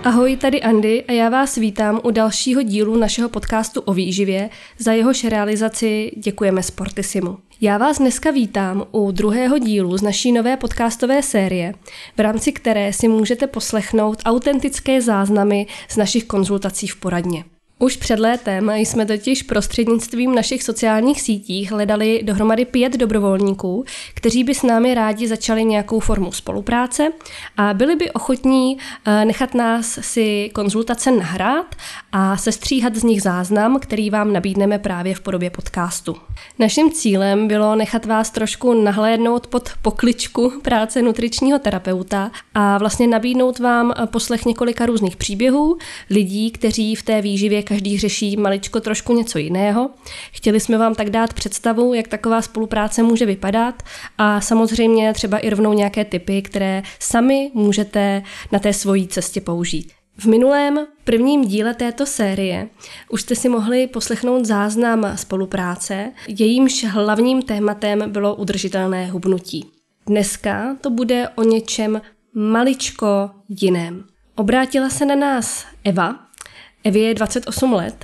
Ahoj, tady Andy a já vás vítám u dalšího dílu našeho podcastu o výživě. Za jehož realizaci děkujeme Sportisimu. Já vás dneska vítám u druhého dílu z naší nové podcastové série, v rámci které si můžete poslechnout autentické záznamy z našich konzultací v poradně. Už před létem jsme totiž prostřednictvím našich sociálních sítí hledali dohromady 5 dobrovolníků, kteří by s námi rádi začali nějakou formu spolupráce a byli by ochotní nechat nás si konzultace nahrát a sestříhat z nich záznam, který vám nabídneme právě v podobě podcastu. Naším cílem bylo nechat vás trošku nahlédnout pod pokličku práce nutričního terapeuta a vlastně nabídnout vám poslech několika různých příběhů lidí, kteří v té výživě každý řeší maličko trošku něco jiného. Chtěli jsme vám tak dát představu, jak taková spolupráce může vypadat a samozřejmě třeba i rovnou nějaké tipy, které sami můžete na té svojí cestě použít. V minulém prvním díle této série už jste si mohli poslechnout záznam spolupráce, jejímž hlavním tématem bylo udržitelné hubnutí. Dneska to bude o něčem maličko jiném. Obrátila se na nás Eva. Evě je 28 let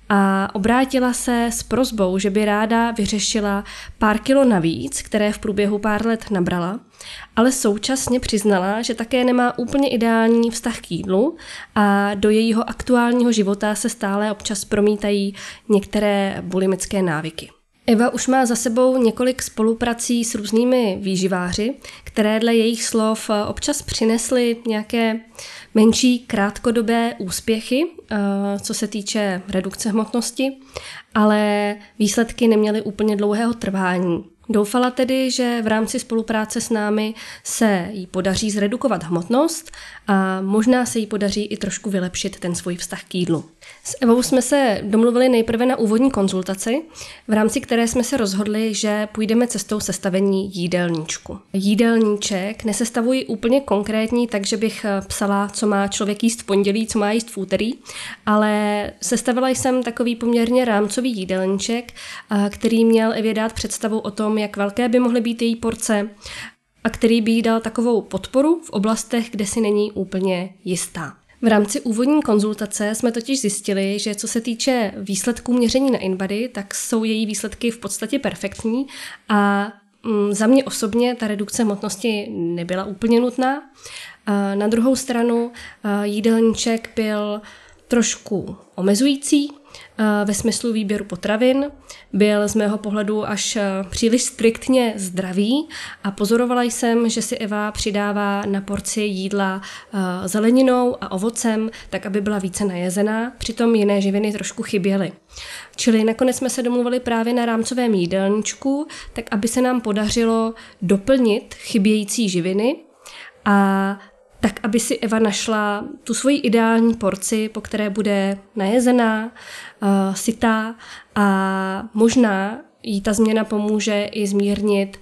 a obrátila se s prosbou, že by ráda vyřešila pár kilo navíc, které v průběhu pár let nabrala, ale současně přiznala, že také nemá úplně ideální vztah k jídlu a do jejího aktuálního života se stále občas promítají některé bulimické návyky. Eva už má za sebou několik spoluprací s různými výživáři, které dle jejich slov občas přinesly nějaké menší krátkodobé úspěchy, co se týče redukce hmotnosti, ale výsledky neměly úplně dlouhého trvání. Doufala tedy, že v rámci spolupráce s námi se jí podaří zredukovat hmotnost a možná se jí podaří i trošku vylepšit ten svůj vztah k jídlu. S Evou jsme se domluvili nejprve na úvodní konzultaci, v rámci které jsme se rozhodli, že půjdeme cestou sestavení jídelníčku. Jídelníček nesestavuji úplně konkrétní, takže bych psala, co má člověk jíst v pondělí, co má jíst v úterý, ale sestavila jsem takový poměrně rámcový jídelníček, který měl Evě dát představu o tom, jak velké by mohly být její porce a který by jí dal takovou podporu v oblastech, kde si není úplně jistá. V rámci úvodní konzultace jsme totiž zjistili, že co se týče výsledků měření na InBody, tak jsou její výsledky v podstatě perfektní a za mě osobně ta redukce hmotnosti nebyla úplně nutná. A na druhou stranu jídelníček byl trošku omezující ve smyslu výběru potravin, byl z mého pohledu až příliš striktně zdravý a pozorovala jsem, že si Eva přidává na porci jídla zeleninou a ovocem, tak aby byla více najezená, přitom jiné živiny trošku chyběly. Čili nakonec jsme se domluvili právě na rámcovém jídelníčku, tak aby se nám podařilo doplnit chybějící živiny a tak, aby si Eva našla tu svoji ideální porci, po které bude najezená, sytá a možná jí ta změna pomůže i zmírnit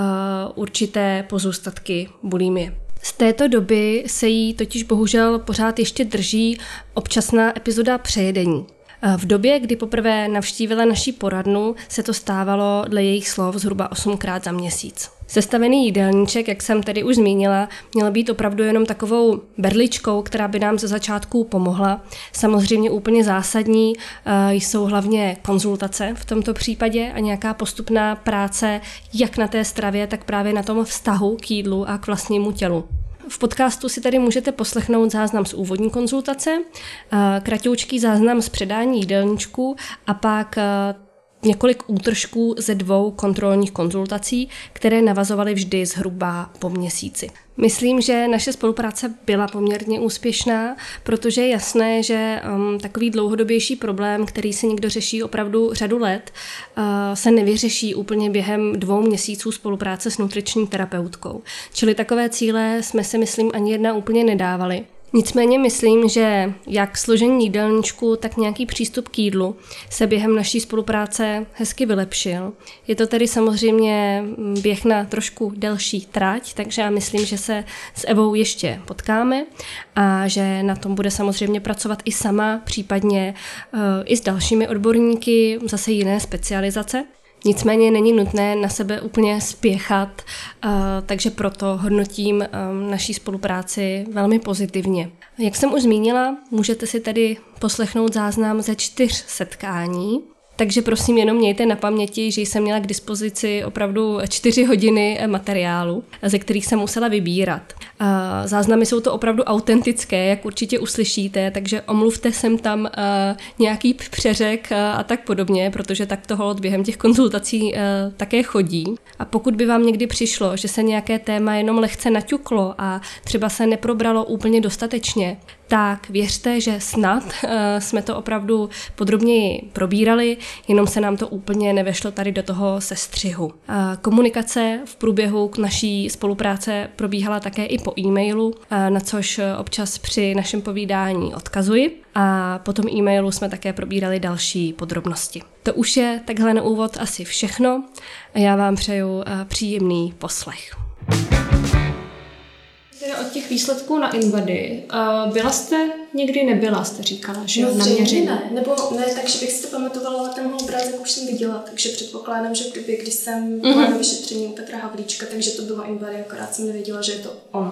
určité pozůstatky bulimie. Z této doby se jí totiž bohužel pořád ještě drží občasná epizoda přejedení. V době, kdy poprvé navštívila naši poradnu, se to stávalo dle jejich slov zhruba 8krát za měsíc. Sestavený jídelníček, jak jsem tedy už zmínila, měl být opravdu jenom takovou berličkou, která by nám ze začátku pomohla. Samozřejmě úplně zásadní jsou hlavně konzultace v tomto případě a nějaká postupná práce jak na té stravě, tak právě na tom vztahu k jídlu a k vlastnímu tělu. V podcastu si tady můžete poslechnout záznam z úvodní konzultace, kratoučký záznam z předání jídelníčku a pak několik útržků ze 2 kontrolních konzultací, které navazovaly vždy zhruba po měsíci. Myslím, že naše spolupráce byla poměrně úspěšná, protože je jasné, že takový dlouhodobější problém, který si někdo řeší opravdu řadu let, se nevyřeší úplně během 2 měsíců spolupráce s nutriční terapeutkou. Čili takové cíle jsme si, myslím, ani jedna úplně nedávali. Nicméně myslím, že jak složení jídelníčku, tak nějaký přístup k jídlu se během naší spolupráce hezky vylepšil. Je to tedy samozřejmě běh na trošku delší trať, takže já myslím, že se s Evou ještě potkáme a že na tom bude samozřejmě pracovat i sama, případně i s dalšími odborníky, zase jiné specializace. Nicméně není nutné na sebe úplně spěchat, takže proto hodnotím naší spolupráci velmi pozitivně. Jak jsem už zmínila, můžete si tedy poslechnout záznam ze 4 setkání, takže prosím jenom mějte na paměti, že jsem měla k dispozici opravdu 4 hodiny materiálu, ze kterých jsem musela vybírat. Záznamy jsou to opravdu autentické, jak určitě uslyšíte, takže omluvte sem tam nějaký přeřek a tak podobně, protože tak to holt během těch konzultací také chodí. A pokud by vám někdy přišlo, že se nějaké téma jenom lehce naťuklo a třeba se neprobralo úplně dostatečně, tak věřte, že snad jsme to opravdu podrobněji probírali, jenom se nám to úplně nevešlo tady do toho sestřihu. Komunikace v průběhu naší spolupráce probíhala také i po e-mailu, na což občas při našem povídání odkazuji. A po tom e-mailu jsme také probírali další podrobnosti. To už je takhle na úvod asi všechno a já vám přeju příjemný poslech. Od těch výsledků na Invady, byla jste někdy nebyla, jste říkala, že no, na měření? Nebo ne, takže bych si to pamatovala, ale tenhle obrázek už jsem viděla, takže předpokládám, že když jsem byla na vyšetření u Petra Havlíčka, takže to bylo Invady, akorát jsem nevěděla, že je to on.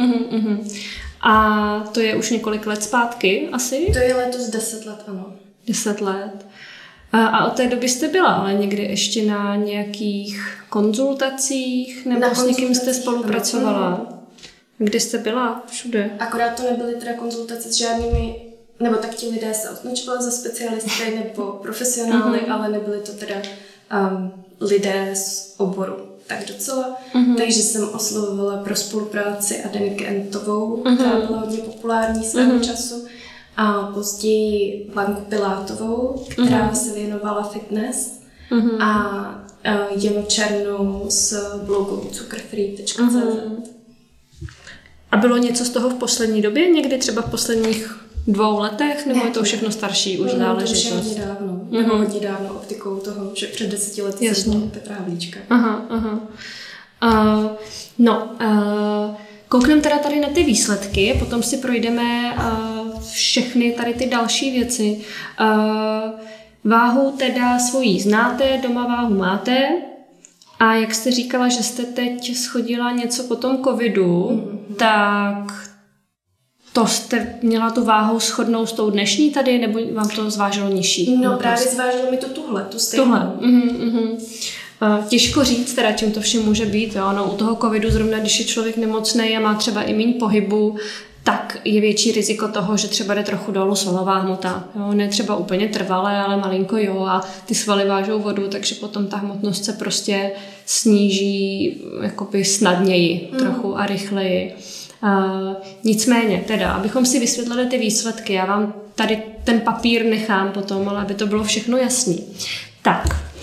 A to je už několik let zpátky asi? To je letos 10 let, ano. 10 let. A od té doby jste byla ale někdy ještě na nějakých konzultacích, nebo s někým jste spolupracovala? Kde jste byla? Všude. Akorát to nebyly teda konzultace s žádnými, nebo tak ti lidé se označovali za specialisty nebo profesionály, ale nebyly to teda lidé z oboru. Tak docela. Takže jsem oslovovala pro spolupráci Adeniky Entovou, která byla hodně populární svého času. A později Blanku Pilátovou, která se věnovala fitness. A Janu Černou z blogu cukrfree.cz. A bylo něco z toho v poslední době? Někdy třeba v posledních 2 letech? Nebo je to všechno starší už záležitost? To už je hodně dávno optikou toho, že před 10 lety jsem byla Petra Havlíčka. Koukneme teda tady na ty výsledky, potom si projdeme všechny tady ty další věci. Váhu teda svojí znáte, doma váhu máte. A jak jste říkala, že jste teď schodila něco po tom covidu, tak to jste měla tu váhu shodnou s tou dnešní tady, nebo vám to zvážilo nižší? No právě zvážilo mi to tu stejnou. Těžko říct teda, čím to všem může být. Jo? No, u toho covidu zrovna, když je člověk nemocný a má třeba i méně pohybu, tak je větší riziko toho, že třeba jde trochu dolů svalová hmota. Jo? Ne třeba úplně trvalé, ale malinko jo, a ty svaly vážou vodu, takže potom ta hmotnost se prostě sníží jakoby snadněji trochu a rychleji. Nicméně, teda, abychom si vysvětlili ty výsledky, já vám tady ten papír nechám potom, ale aby to bylo všechno jasný. Tak,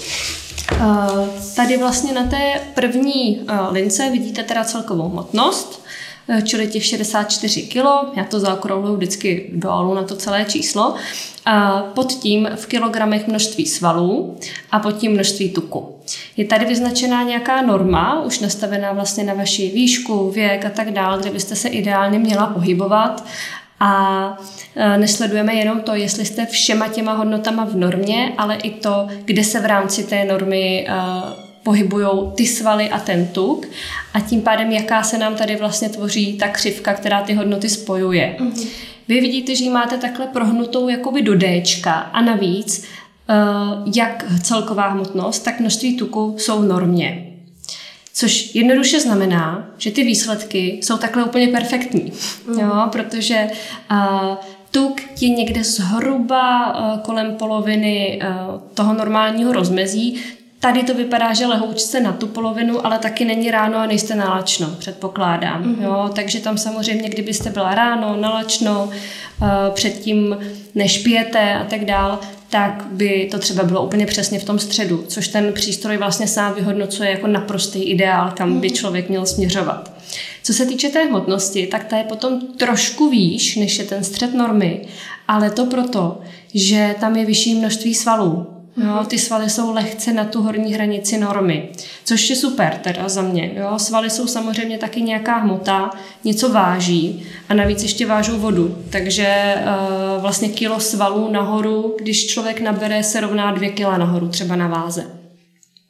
tady vlastně na té první lince vidíte teda celkovou hmotnost, čili těch 64 kg, já to zaokrouhluji vždycky dolů na to celé číslo, pod tím v kilogramech množství svalů a pod tím množství tuku. Je tady vyznačená nějaká norma, už nastavená vlastně na vaši výšku, věk a tak dále, kde byste se ideálně měla pohybovat. A nesledujeme jenom to, jestli jste všema těma hodnotama v normě, ale i to, kde se v rámci té normy pohybujou ty svaly a ten tuk a tím pádem, jaká se nám tady vlastně tvoří ta křivka, která ty hodnoty spojuje. Vy vidíte, že ji máte takhle prohnutou jakoby do Dčka a navíc jak celková hmotnost, tak množství tuku jsou v normě. Což jednoduše znamená, že ty výsledky jsou takhle úplně perfektní, jo? Protože tuk je někde zhruba kolem poloviny toho normálního rozmezí. Tady to vypadá, že lehoučce na tu polovinu, ale taky není ráno a nejste nalačno, předpokládám. Jo? Takže tam samozřejmě, kdybyste byla ráno, nalačno, předtím než pijete a tak dál, tak by to třeba bylo úplně přesně v tom středu, což ten přístroj vlastně sám vyhodnocuje jako naprostý ideál, kam by člověk měl směřovat. Co se týče té hmotnosti, tak ta je potom trošku výš, než je ten střed normy, ale to proto, že tam je vyšší množství svalů. Jo, ty svaly jsou lehce na tu horní hranici normy, což je super teda za mě. Jo. Svaly jsou samozřejmě taky nějaká hmota, něco váží a navíc ještě vážou vodu. Takže vlastně kilo svalů nahoru, když člověk nabere, se rovná 2 kila nahoru třeba na váze.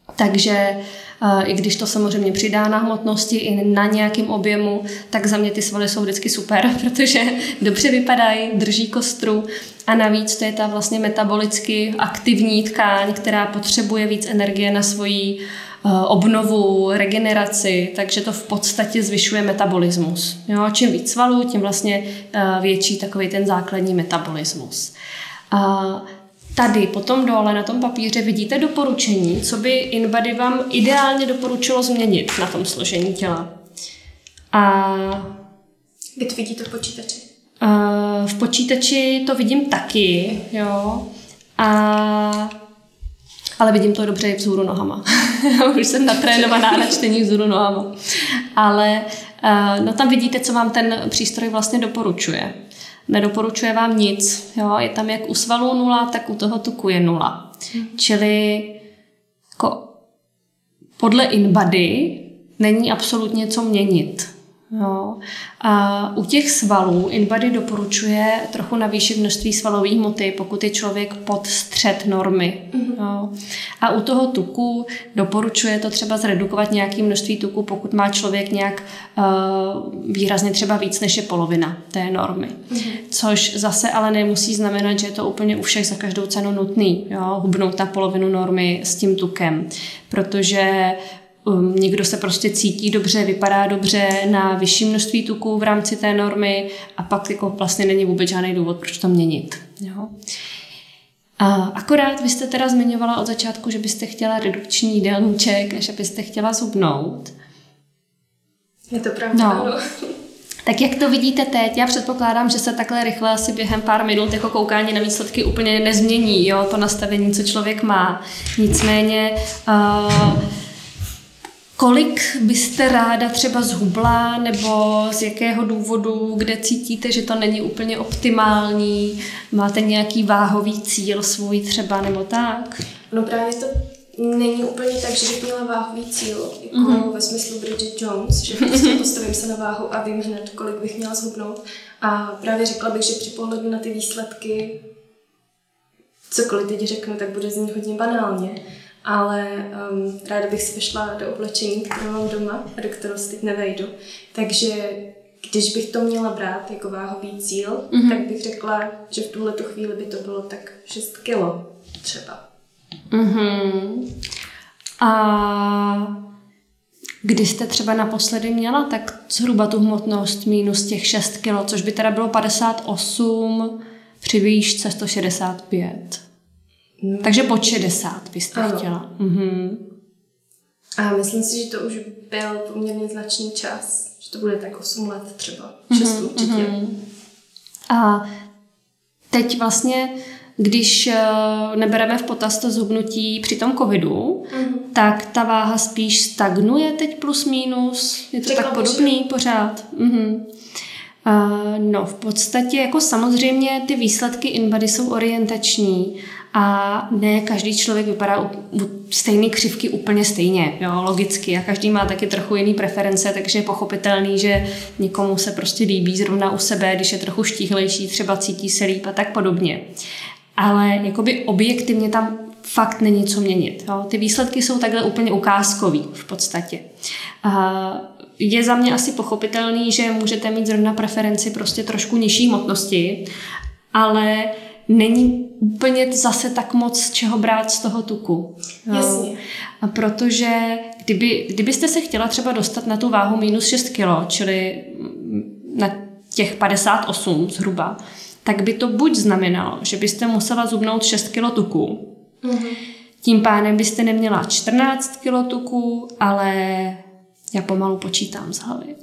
Takže i když to samozřejmě přidá na hmotnosti i na nějakém objemu, tak za mě ty svaly jsou vždycky super, protože dobře vypadají, drží kostru a navíc to je ta vlastně metabolicky aktivní tkáň, která potřebuje víc energie na svoji obnovu, regeneraci, takže to v podstatě zvyšuje metabolismus. Jo, čím víc svalů, tím vlastně větší takový ten základní metabolismus. Tady potom dole na tom papíře vidíte doporučení, co by InBody vám ideálně doporučilo změnit na tom složení těla. Kde to vidíte v počítači? V počítači to vidím taky, jo. Ale vidím to dobře i vzhůru nohama. Už jsem natrénovaná na čtení vzhůru nohama. Ale tam vidíte, co vám ten přístroj vlastně doporučuje. Nedoporučuje vám nic. Jo? Je tam jak u svalů 0, tak u toho tuku je 0. Čili jako, podle InBody není absolutně co měnit. Jo. A u těch svalů InBody doporučuje trochu navýšit množství svalové hmoty, pokud je člověk pod střed normy. Jo. A u toho tuku doporučuje to třeba zredukovat nějaké množství tuku, pokud má člověk nějak výrazně třeba víc, než je polovina té normy. Což zase ale nemusí znamenat, že je to úplně u všech za každou cenu nutný, jo, hubnout na polovinu normy s tím tukem, protože někdo se prostě cítí dobře, vypadá dobře na vyšší množství tuku v rámci té normy a pak jako vlastně není vůbec žádný důvod, proč to měnit. Jo? Akorát vy jste teda zmiňovala od začátku, že byste chtěla redukční jídelníček a že byste chtěla zhubnout. Je to pravda, ano. Tak jak to vidíte teď? Já předpokládám, že se takhle rychle asi během pár minut jako koukání na výsledky úplně nezmění, jo? To nastavení, co člověk má. Nicméně kolik byste ráda třeba zhubla, nebo z jakého důvodu, kde cítíte, že to není úplně optimální, máte nějaký váhový cíl svůj třeba, nebo tak? No právě to není úplně tak, že bych měla váhový cíl, jako ve smyslu Bridget Jones, že prostě postavím se na váhu a vím hned, kolik bych měla zhubnout. A právě řekla bych, že při pohledu na ty výsledky, cokoliv teď řeknu, tak bude znít hodně banálně. Ale ráda bych si vešla do oblečení, které mám doma a do kterého se teď nevejdu. Takže když bych to měla brát jako váhový cíl, tak bych řekla, že v tuhletu chvíli by to bylo tak 6 kilo třeba. A kdy jste třeba naposledy měla tak zhruba tu hmotnost minus těch 6 kilo, což by teda bylo 58 při výšce 165. Takže pod 60 byste chtěla. A myslím si, že to už byl poměrně značný čas. Že to bude tak 8 let třeba. 6 určitě. A teď vlastně, když nebereme v potaz to zhubnutí při tom covidu, tak ta váha spíš stagnuje teď plus minus? Je to tak podobný pořád? No, v podstatě jako samozřejmě ty výsledky InBody jsou orientační a ne každý člověk vypadá u stejné křivky úplně stejně, jo, logicky, a každý má taky trochu jiný preference, takže je pochopitelný, že někomu se prostě líbí zrovna u sebe, když je trochu štíhlejší, třeba cítí se líp a tak podobně. Ale jakoby objektivně tam fakt není co měnit. Jo. Ty výsledky jsou takhle úplně ukázkový v podstatě. Je za mě asi pochopitelný, že můžete mít zrovna preferenci prostě trošku nižší hmotnosti, ale není úplně zase tak moc čeho brát z toho tuku. Jasně. A protože kdybyste se chtěla třeba dostat na tu váhu minus 6 kg, čili na těch 58 zhruba, tak by to buď znamenalo, že byste musela zhubnout 6 kg tuku. Tím pádem byste neměla 14 kg tuku, ale já pomalu počítám z hlavy.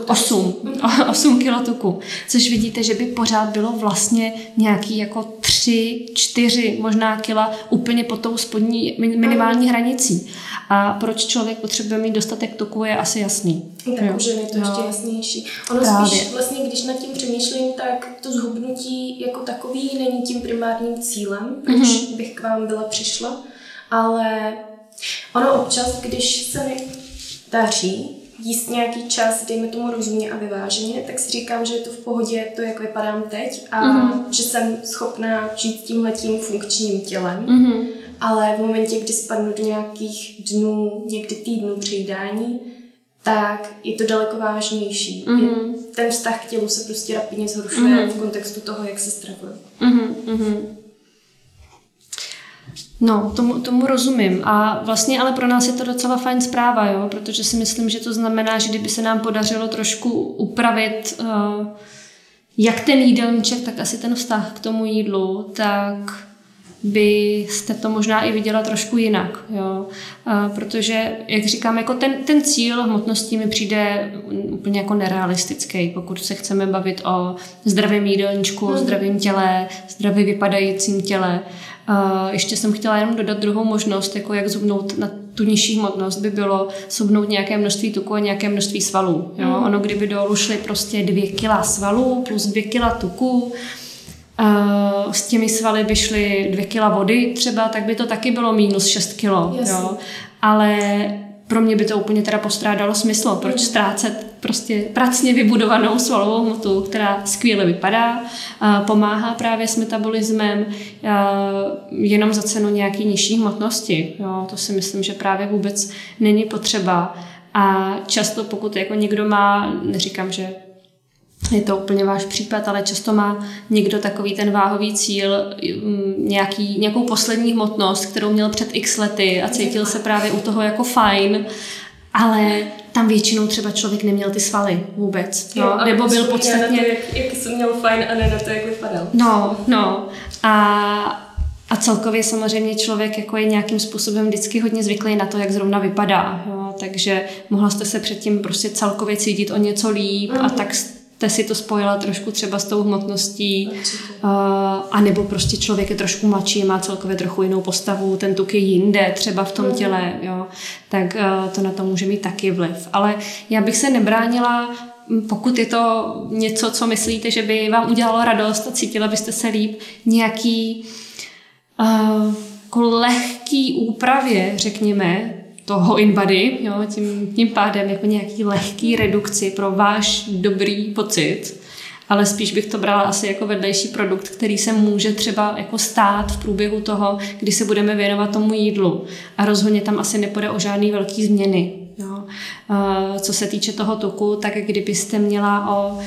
8 kg tuku. Což vidíte, že by pořád bylo vlastně nějaký jako 3, 4 možná kila úplně pod tou spodní minimální hranicí. A proč člověk potřebuje mít dostatek tuku, je asi jasný. Tak už je to ještě jasnější. Ono spíš vlastně, když nad tím přemýšlím, tak to zhubnutí jako takový není tím primárním cílem, proč bych k vám byla přišla, ale ono občas, když se mi daří jíst nějaký čas, dejme tomu rozumně a vyváženě, tak si říkám, že je to v pohodě to, jak vypadám teď a že jsem schopná žít tímhletím funkčním tělem. ale v momentě, kdy spadnu do nějakých dnů, někdy týdnů přejídání, tak je to daleko vážnější. Ten vztah k tělu se prostě rapidně zhoršuje v kontextu toho, jak se stravuje. No, tomu rozumím. A vlastně ale pro nás je to docela fajn zpráva, jo? Protože si myslím, že to znamená, že kdyby se nám podařilo trošku upravit jak ten jídelníček, tak asi ten vztah k tomu jídlu, tak byste to možná i viděla trošku jinak. Jo? Protože, jak říkám, jako ten cíl hmotnosti mi přijde úplně jako nerealistický, pokud se chceme bavit o zdravém jídelníčku, o zdravém těle, zdravě vypadajícím těle. Ještě jsem chtěla jenom dodat druhou možnost, jako jak zhubnout na tu nižší hmotnost, by bylo zhubnout nějaké množství tuku a nějaké množství svalů. Jo? Ono, kdyby dolů šly prostě 2 kila svalů plus 2 kila tuku, s těmi svaly by šly 2 kila vody třeba, tak by to taky bylo minus 6 kilo. Jo? Ale pro mě by to úplně teda postrádalo smysl, proč ztrácet prostě pracně vybudovanou svalovou hmotu, která skvěle vypadá, pomáhá právě s metabolismem, jenom za cenu nějaký nižší hmotnosti. Jo? To si myslím, že právě vůbec není potřeba. A často, pokud jako někdo má, neříkám, že je to úplně váš případ, ale často má někdo takový ten váhový cíl, nějakou poslední hmotnost, kterou měl před x lety a cítil se právě u toho jako fajn, ale tam většinou třeba člověk neměl ty svaly vůbec. Jo, nebo byl podstatně... Jak jsem měl fajn a ne na to, jak vypadal. No. A celkově samozřejmě člověk jako je nějakým způsobem vždycky hodně zvyklý na to, jak zrovna vypadá. Jo? Takže mohla jste se předtím prostě celkově cítit o něco líp a tak jste si to spojila trošku třeba s tou hmotností, a nebo prostě člověk je trošku mladší, má celkově trochu jinou postavu, ten tuk je jinde třeba v tom těle, jo, tak to na to může mít taky vliv. Ale já bych se nebránila, pokud je to něco, co myslíte, že by vám udělalo radost a cítila byste se líp, nějaký jako lehký úpravě, řekněme, toho InBody, jo, tím pádem jako nějaký lehký redukci pro váš dobrý pocit, ale spíš bych to brala asi jako vedlejší produkt, který se může třeba jako stát v průběhu toho, kdy se budeme věnovat tomu jídlu. A rozhodně tam asi nepůjde o žádný velký změny. Jo. Co se týče toho tuku, tak kdybyste měla o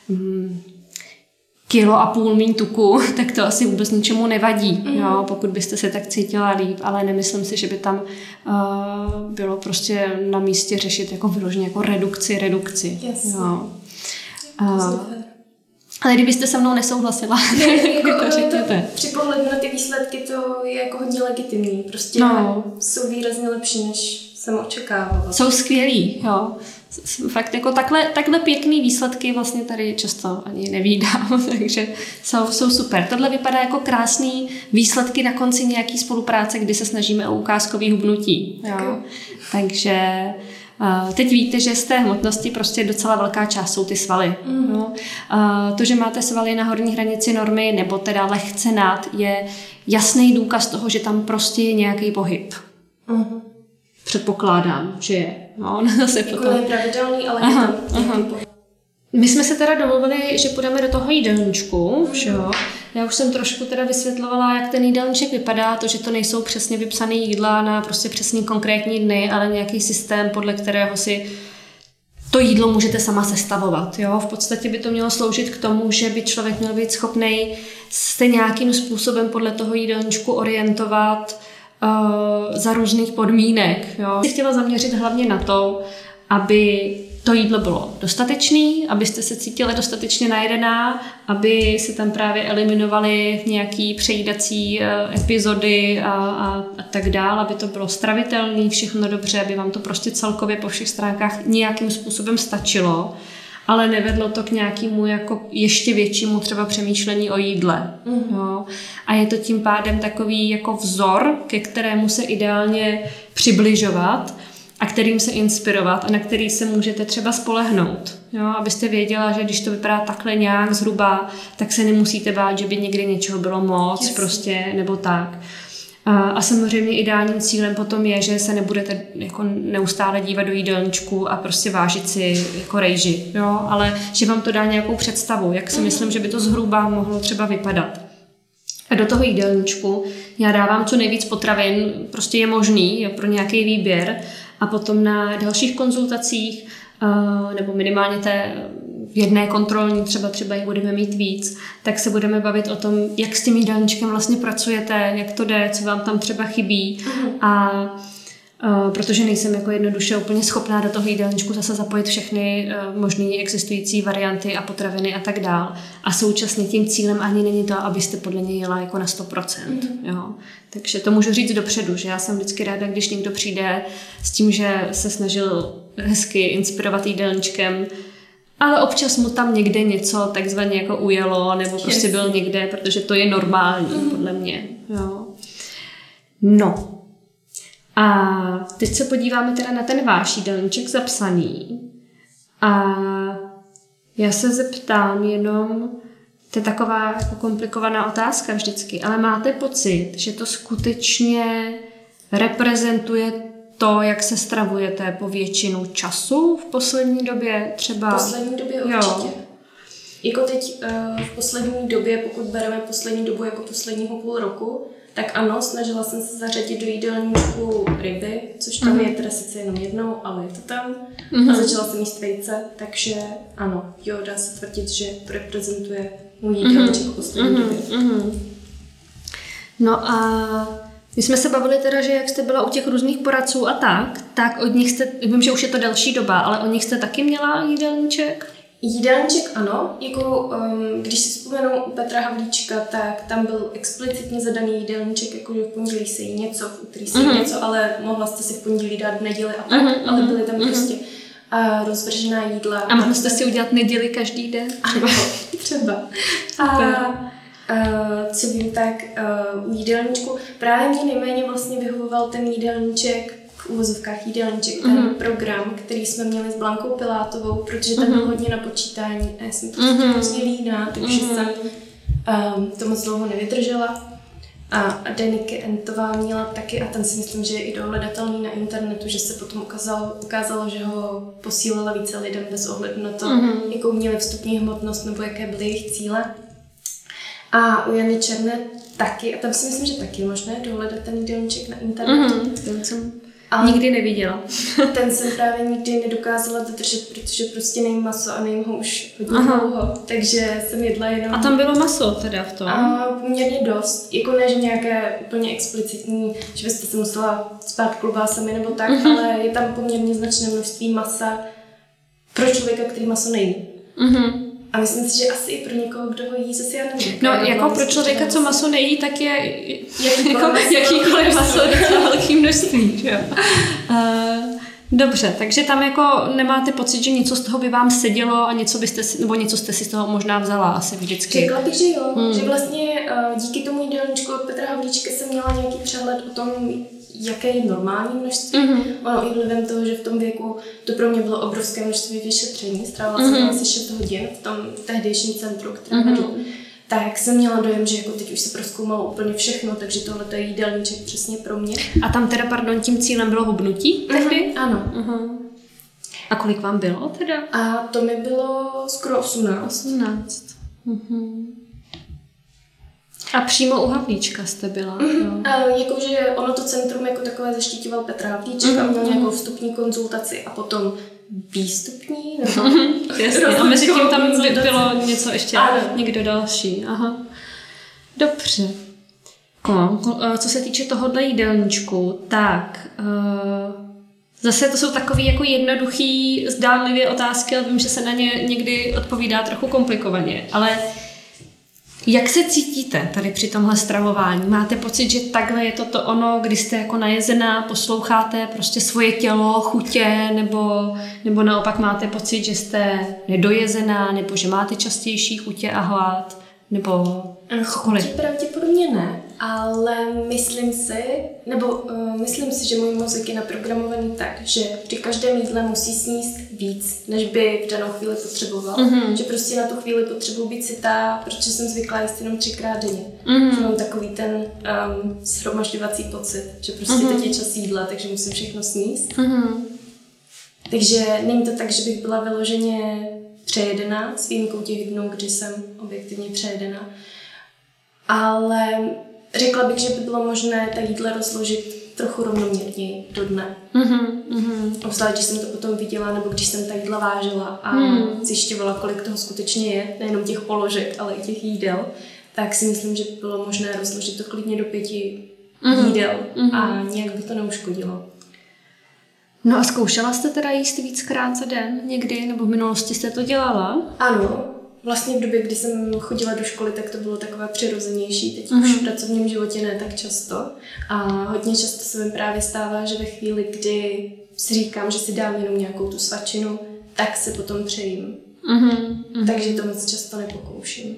1,5 kila míň tuku, tak to asi vůbec ničemu nevadí, jo, pokud byste se tak cítila líp, ale nemyslím si, že by tam bylo prostě na místě řešit jako vyloženě jako redukci. Yes. Jo. Ale kdybyste se mnou nesouhlasila, to řekněte. Při pohledu na ty výsledky to je jako hodně legitimní. Prostě jsou výrazně lepší, než jsem očekávala. Jsou skvělí, jo. Fakt jako takhle pěkný výsledky vlastně tady často ani nevídám, takže jsou super. Tohle vypadá jako krásný výsledky na konci nějaký spolupráce, kdy se snažíme o ukázkový hubnutí. Jo. Takže teď víte, že z té hmotnosti prostě docela velká část jsou ty svaly. Jo. To, že máte svaly na horní hranici normy nebo teda lehce nad, je jasný důkaz toho, že tam prostě je nějaký pohyb. Předpokládám, že je. No, zase jako potom... nepravidelný, ale je tam nějaký pohyb. My jsme se teda domluvili, že půjdeme do toho jídelníčku. Já už jsem trošku teda vysvětlovala, jak ten jídelníček vypadá, to, že to nejsou přesně vypsané jídla na prostě přesný konkrétní dny, ale nějaký systém, podle kterého si to jídlo můžete sama sestavovat. Jo? V podstatě by to mělo sloužit k tomu, že by člověk měl být schopný se nějakým způsobem podle toho jídelníčku orientovat za různých podmínek. Jo. Chtěla zaměřit hlavně na to, aby to jídlo bylo dostatečné, abyste se cítili dostatečně najedená, aby se tam právě eliminovaly nějaké přejídací epizody a tak dál, aby to bylo stravitelné, všechno dobře, aby vám to prostě celkově po všech stránkách nějakým způsobem stačilo, ale nevedlo to k nějakému jako ještě většímu třeba přemýšlení o jídle. Jo. A je to tím pádem takový jako vzor, ke kterému se ideálně přibližovat a kterým se inspirovat a na který se můžete třeba spolehnout. Jo, abyste věděla, že když to vypadá takhle nějak zhruba, tak se nemusíte bát, že by někdy něčeho bylo moc, prostě, nebo tak. A samozřejmě ideálním cílem potom je, že se nebudete jako neustále dívat do jídelníčku a prostě vážit si jako rejži, jo? Ale že vám to dá nějakou představu, jak si myslím, že by to zhruba mohlo třeba vypadat. A do toho jídelníčku já dávám co nejvíc potravin, prostě je možný, je pro nějaký výběr. A potom na dalších konzultacích, nebo minimálně v jedné kontrolní, třeba jich budeme mít víc, tak se budeme bavit o tom, jak s tím jídelníčkem vlastně pracujete, jak to jde, co vám tam třeba chybí. A protože nejsem jako jednoduše úplně schopná do toho jídelníčku zase zapojit všechny možné existující varianty a potraviny a tak dál. A současně tím cílem ani není to, abyste podle něj jela jako na 100%. Jo. Takže to můžu říct dopředu, že já jsem vždycky ráda, když někdo přijde s tím, že se snažil hezky inspirovat jídelníčkem, ale občas mu tam někde něco takzvaně jako ujelo, nebo prostě byl někde, protože to je normální, podle mě. Jo. No. A teď se podíváme teda na ten váš jídelníček zapsaný. A já se zeptám jenom, to je taková jako komplikovaná otázka vždycky, ale máte pocit, že to skutečně reprezentuje to, jak se stravujete po většinu času v poslední době třeba? V poslední době určitě. Jako teď v poslední době, pokud bereme poslední dobu jako posledního půl roku, tak ano, snažila jsem se zařadit do jídelníčku ryby, což tam je teda sice jenom jednou, ale je to tam. A začala jsem jíst vejce, takže ano, jo, dá se tvrdit, že to reprezentuje můj jídelníček v poslední době. No a my jsme se bavili teda, že jak jste byla u těch různých poradců a tak od nich jste, vím, že už je to delší doba, ale od nich jste taky měla jídelníček? Jídelníček ano, jako když si vzpomenu u Petra Havlíčka, tak tam byl explicitně zadaný jídelníček, jako že v pondělí se jí něco, v úterý se jí něco, ale mohla jste si v pondělí dát v neděli a tak, ale byly tam prostě rozvržená jídla. A mohli jste si udělat neděli každý den? Třeba. Co vím, tak u jídelníčku právě mě nejméně vlastně vyhovoval ten jídelníček, v uvozovkách jídelníček, ten program, který jsme měli s Blankou Pilátovou, protože ten byl hodně na počítání a já jsem prostě hrozně líná, takže jsem to moc dlouho nevydržela. A Denike Entová měla taky, a ten si myslím, že je i dohledatelný na internetu, že se potom ukázalo, že ho posílala více lidem bez ohledu na to, jakou měli vstupní hmotnost nebo jaké byly jejich cíle. A u Jany Černé taky, a tam si myslím, že taky je možné dohledat ten jídelníček na internetu. Ten jsem nikdy neviděla. Ten jsem právě nikdy nedokázala dodržet, protože prostě nejím maso a nejím ho už hodně dlouho, takže jsem jedla jenom... A tam bylo maso teda v tom? Poměrně dost, jako ne, že nějaké úplně explicitní, že byste se musela spát klobásami nebo tak, ale je tam poměrně značné množství masa pro člověka, který maso nejí. A myslím si, že asi i pro někoho, kdo ho jí, zase já nevím. No, jako pro člověka, co maso nejí, tak je jakýkoliv maso docela velký množství, že jo. Dobře, takže tam jako nemáte pocit, že něco z toho by vám sedělo a něco byste si, nebo něco jste si z toho možná vzala asi vždycky. Řekla bych, že jo, že vlastně díky tomu jídelníčku od Petra Havlíčka jsem měla nějaký přehled o tom, jaké je normální množství. Ono i vlivem toho, že v tom věku to pro mě bylo obrovské množství vyšetření. Strávila jsem asi 6 hodin v tom tehdejším centru, které vedl. Tak jsem měla dojem, že jako teď už se prozkoumalo úplně všechno, takže tohle je jídelníček přesně pro mě. A tam teda, tím cílem bylo hubnutí tehdy? Ano. A kolik vám bylo teda? A to mi bylo skoro 18. A přímo u Havlíčka jste byla? Jakože ono to centrum jako takové zaštiťoval Petr Havlíček a měl nějakou vstupní konzultaci a potom výstupní, nebo jasně, a mezi tím tam bylo něco ještě někdo další. Dobře. Co se týče tohohle jídelníčku, tak zase to jsou takové jako jednoduchý, zdánlivě otázky, ale vím, že se na ně někdy odpovídá trochu komplikovaně, ale jak se cítíte tady při tomhle stravování? Máte pocit, že takhle je to ono, kdy jste jako najezená, posloucháte prostě svoje tělo, chutě, nebo naopak máte pocit, že jste nedojezená, nebo že máte častější chutě a hlad, nebo chutě pravděpodobně ne, ale myslím si, že můj mozek je naprogramovaný tak, že při každém jídle musí sníst víc, než by v danou chvíli potřeboval. Že prostě na tu chvíli potřebuji být sytá, protože jsem zvyklá jíst jenom 3krát denně. Že mám takový ten shromažďovací pocit, že prostě teď je čas jídla, takže musím všechno sníst. Takže není to tak, že bych byla vyloženě přejedená, s výjimkou těch dnů, kdy jsem objektivně přejedená. ale řekla bych, že by bylo možné ta jídla rozložit trochu rovnoměrněji do dne. Obzvlášť, když jsem to potom viděla, nebo když jsem ta jídla vážila a zjišťovala, kolik toho skutečně je, nejenom těch položek, ale i těch jídel, tak si myslím, že by bylo možné rozložit to klidně do 5 jídel a nějak by to neuškodilo. No a zkoušela jste teda jíst víckrát za den někdy, nebo v minulosti jste to dělala? Ano, vlastně v době, kdy jsem chodila do školy, tak to bylo takové přirozenější. Teď už v pracovním životě ne tak často. A hodně často se mi právě stává, že ve chvíli, kdy si říkám, že si dám jenom nějakou tu svačinu, tak se potom přejím. Takže to moc často nepokouším.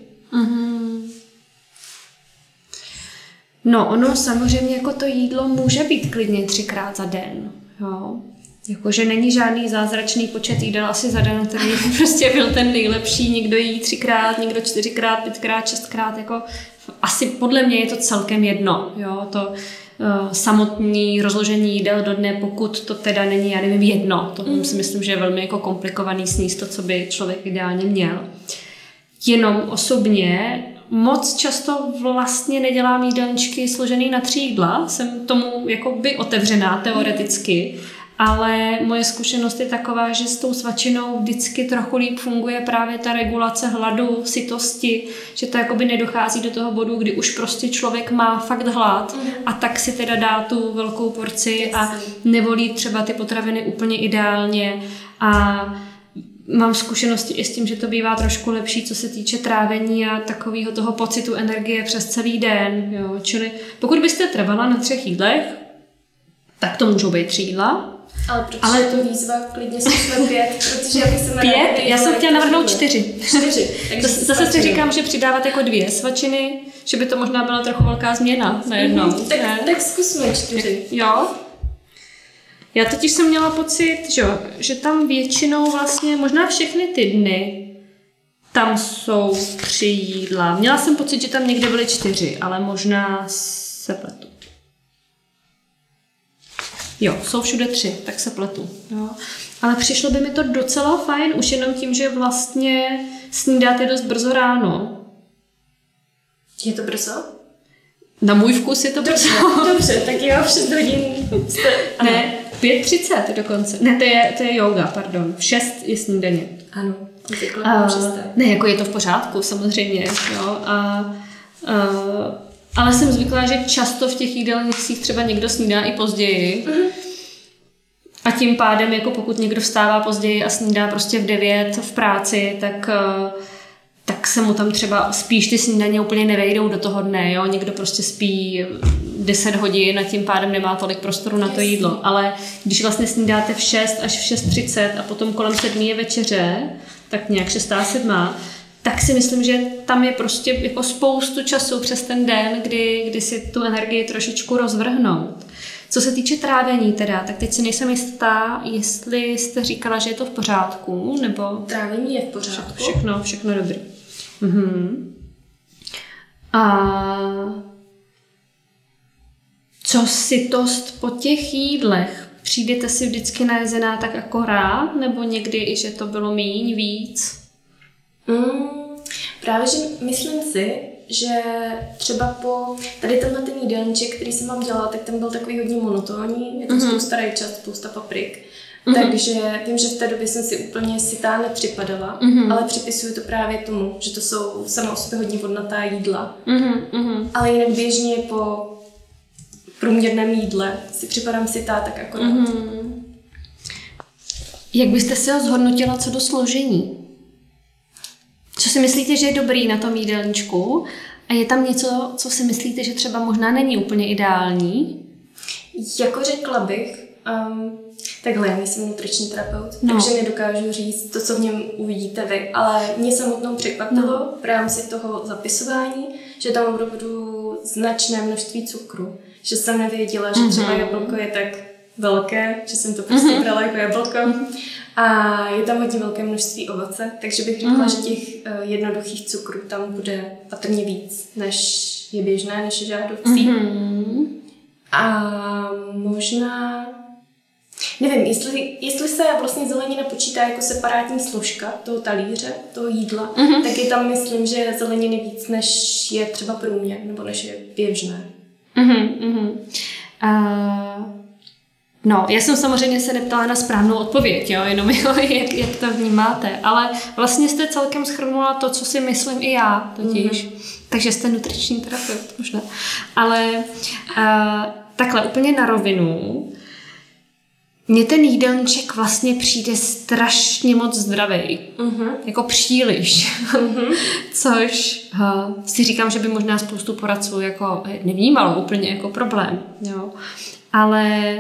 No, ono samozřejmě jako to jídlo může být klidně 3krát za den. Jo. Jakože není žádný zázračný počet jídel asi za den, který prostě byl ten nejlepší. Někdo jí 3krát, někdo 4krát, 5krát, 6krát. Jako asi podle mě je to celkem jedno. Jo. To samotné rozložení jídel do dne, pokud to teda není, já nevím, jedno. To si myslím, že je velmi jako komplikovaný sníst to, co by člověk ideálně měl. Jenom osobně moc často vlastně nedělám jídelníčky složený na 3 jídla. Jsem tomu jakoby otevřená teoreticky, ale moje zkušenost je taková, že s tou svačinou vždycky trochu líp funguje právě ta regulace hladu, sytosti, že to jakoby nedochází do toho bodu, kdy už prostě člověk má fakt hlad a tak si teda dá tu velkou porci a nevolí třeba ty potraviny úplně ideálně a mám zkušenosti i s tím, že to bývá trošku lepší, co se týče trávení a takového toho pocitu energie přes celý den. Jo. Čili pokud byste trvala na 3 jídlech, tak to můžou být 3 jídla. Ale je to výzva, klidně zkusme 5, protože já bych se 5? Já jsem chtěla navrhnout 4. 4. Zase si říkám, že přidávat jako 2 svačiny, že by to možná byla trochu velká změna najednou. Tak zkusme 4. Jo. Já totiž jsem měla pocit, že tam většinou vlastně, možná všechny ty dny, tam jsou 3 jídla. Měla jsem pocit, že tam někde byly 4, ale možná se pletu. Jo, jsou všude 3, tak se pletu. Jo. Ale přišlo by mi to docela fajn, už jenom tím, že vlastně snídáte dost brzo ráno. Je to brzo? Na můj vkus je to brzo. Dobře, tak jo, v 6 hodin. Ne, 5:30 dokonce. Ne, to je yoga, pardon. V 6 je snídaně. Ano, ne, jako je to v pořádku, samozřejmě. Jo, ale jsem zvyklá, že často v těch jídelnicích třeba někdo snídá i později. A tím pádem, jako pokud někdo vstává později a snídá prostě v 9 v práci, tak se mu tam třeba spíš ty snídaně úplně nevejdou do toho dne. Jo? Někdo prostě spí 10 hodin a tím pádem nemá tolik prostoru na to jídlo. Ale když vlastně snídáte v 6 až v 6:30 a potom kolem 7 je večeře, tak nějak 6. 7, tak si myslím, že tam je prostě jako spoustu času přes ten den, kdy si tu energii trošičku rozvrhnout. Co se týče trávení teda, tak teď si nejsem jistá, jestli jste říkala, že je to v pořádku, nebo... Trávení je v pořádku. Všechno dobrý. A co sytost po těch jídlech? Přijdete si vždycky najezená tak akorát, nebo někdy i, že to bylo míň, víc? Právě, že myslím si, že třeba po tady tenhle ten jídelníček, který jsem vám dělala, tak ten byl takový hodně monotónní, je to spousta rajčat, spousta paprik. Takže vím, že v té době jsem si úplně sytá nepřipadala, ale připisuju to právě tomu, že to jsou sama o sobě hodně vodnatá jídla. Ale jinak běžně po průměrném jídle si připadám sytá tak akorát. Jak byste si ho zhodnotila co do složení? Co si myslíte, že je dobrý na tom jídelníčku? A je tam něco, co si myslíte, že třeba možná není úplně ideální? Jako řekla bych, takhle, já nejsem nutriční terapeut, takže nedokážu říct to, co v něm uvidíte vy, ale mě samotnou překvapilo v rámci toho zapisování, že tam opravdu značné množství cukru. Že jsem nevěděla, že třeba jablko je tak velké, že jsem to prostě brala jako jablko. A je tam hodně velké množství ovoce, takže bych řekla, že těch jednoduchých cukrů tam bude patrně víc, než je běžné, než je žádoucí. A možná... nevím, jestli se vlastně zelenina počítá jako separátní složka toho talíře, toho jídla, tak je tam, myslím, že zeleniny víc, než je třeba průměr, nebo než je běžné. No, já jsem samozřejmě se neptala na správnou odpověď, jo, jenom jak to vnímáte, ale vlastně jste celkem shrnula to, co si myslím i já totiž, takže jste nutriční terapeut možná, ale takhle úplně na rovinu, mně ten jídelníček vlastně přijde strašně moc zdravý, jako příliš, což si říkám, že by možná spoustu poradců jako nevnímalo úplně jako problém, jo, ale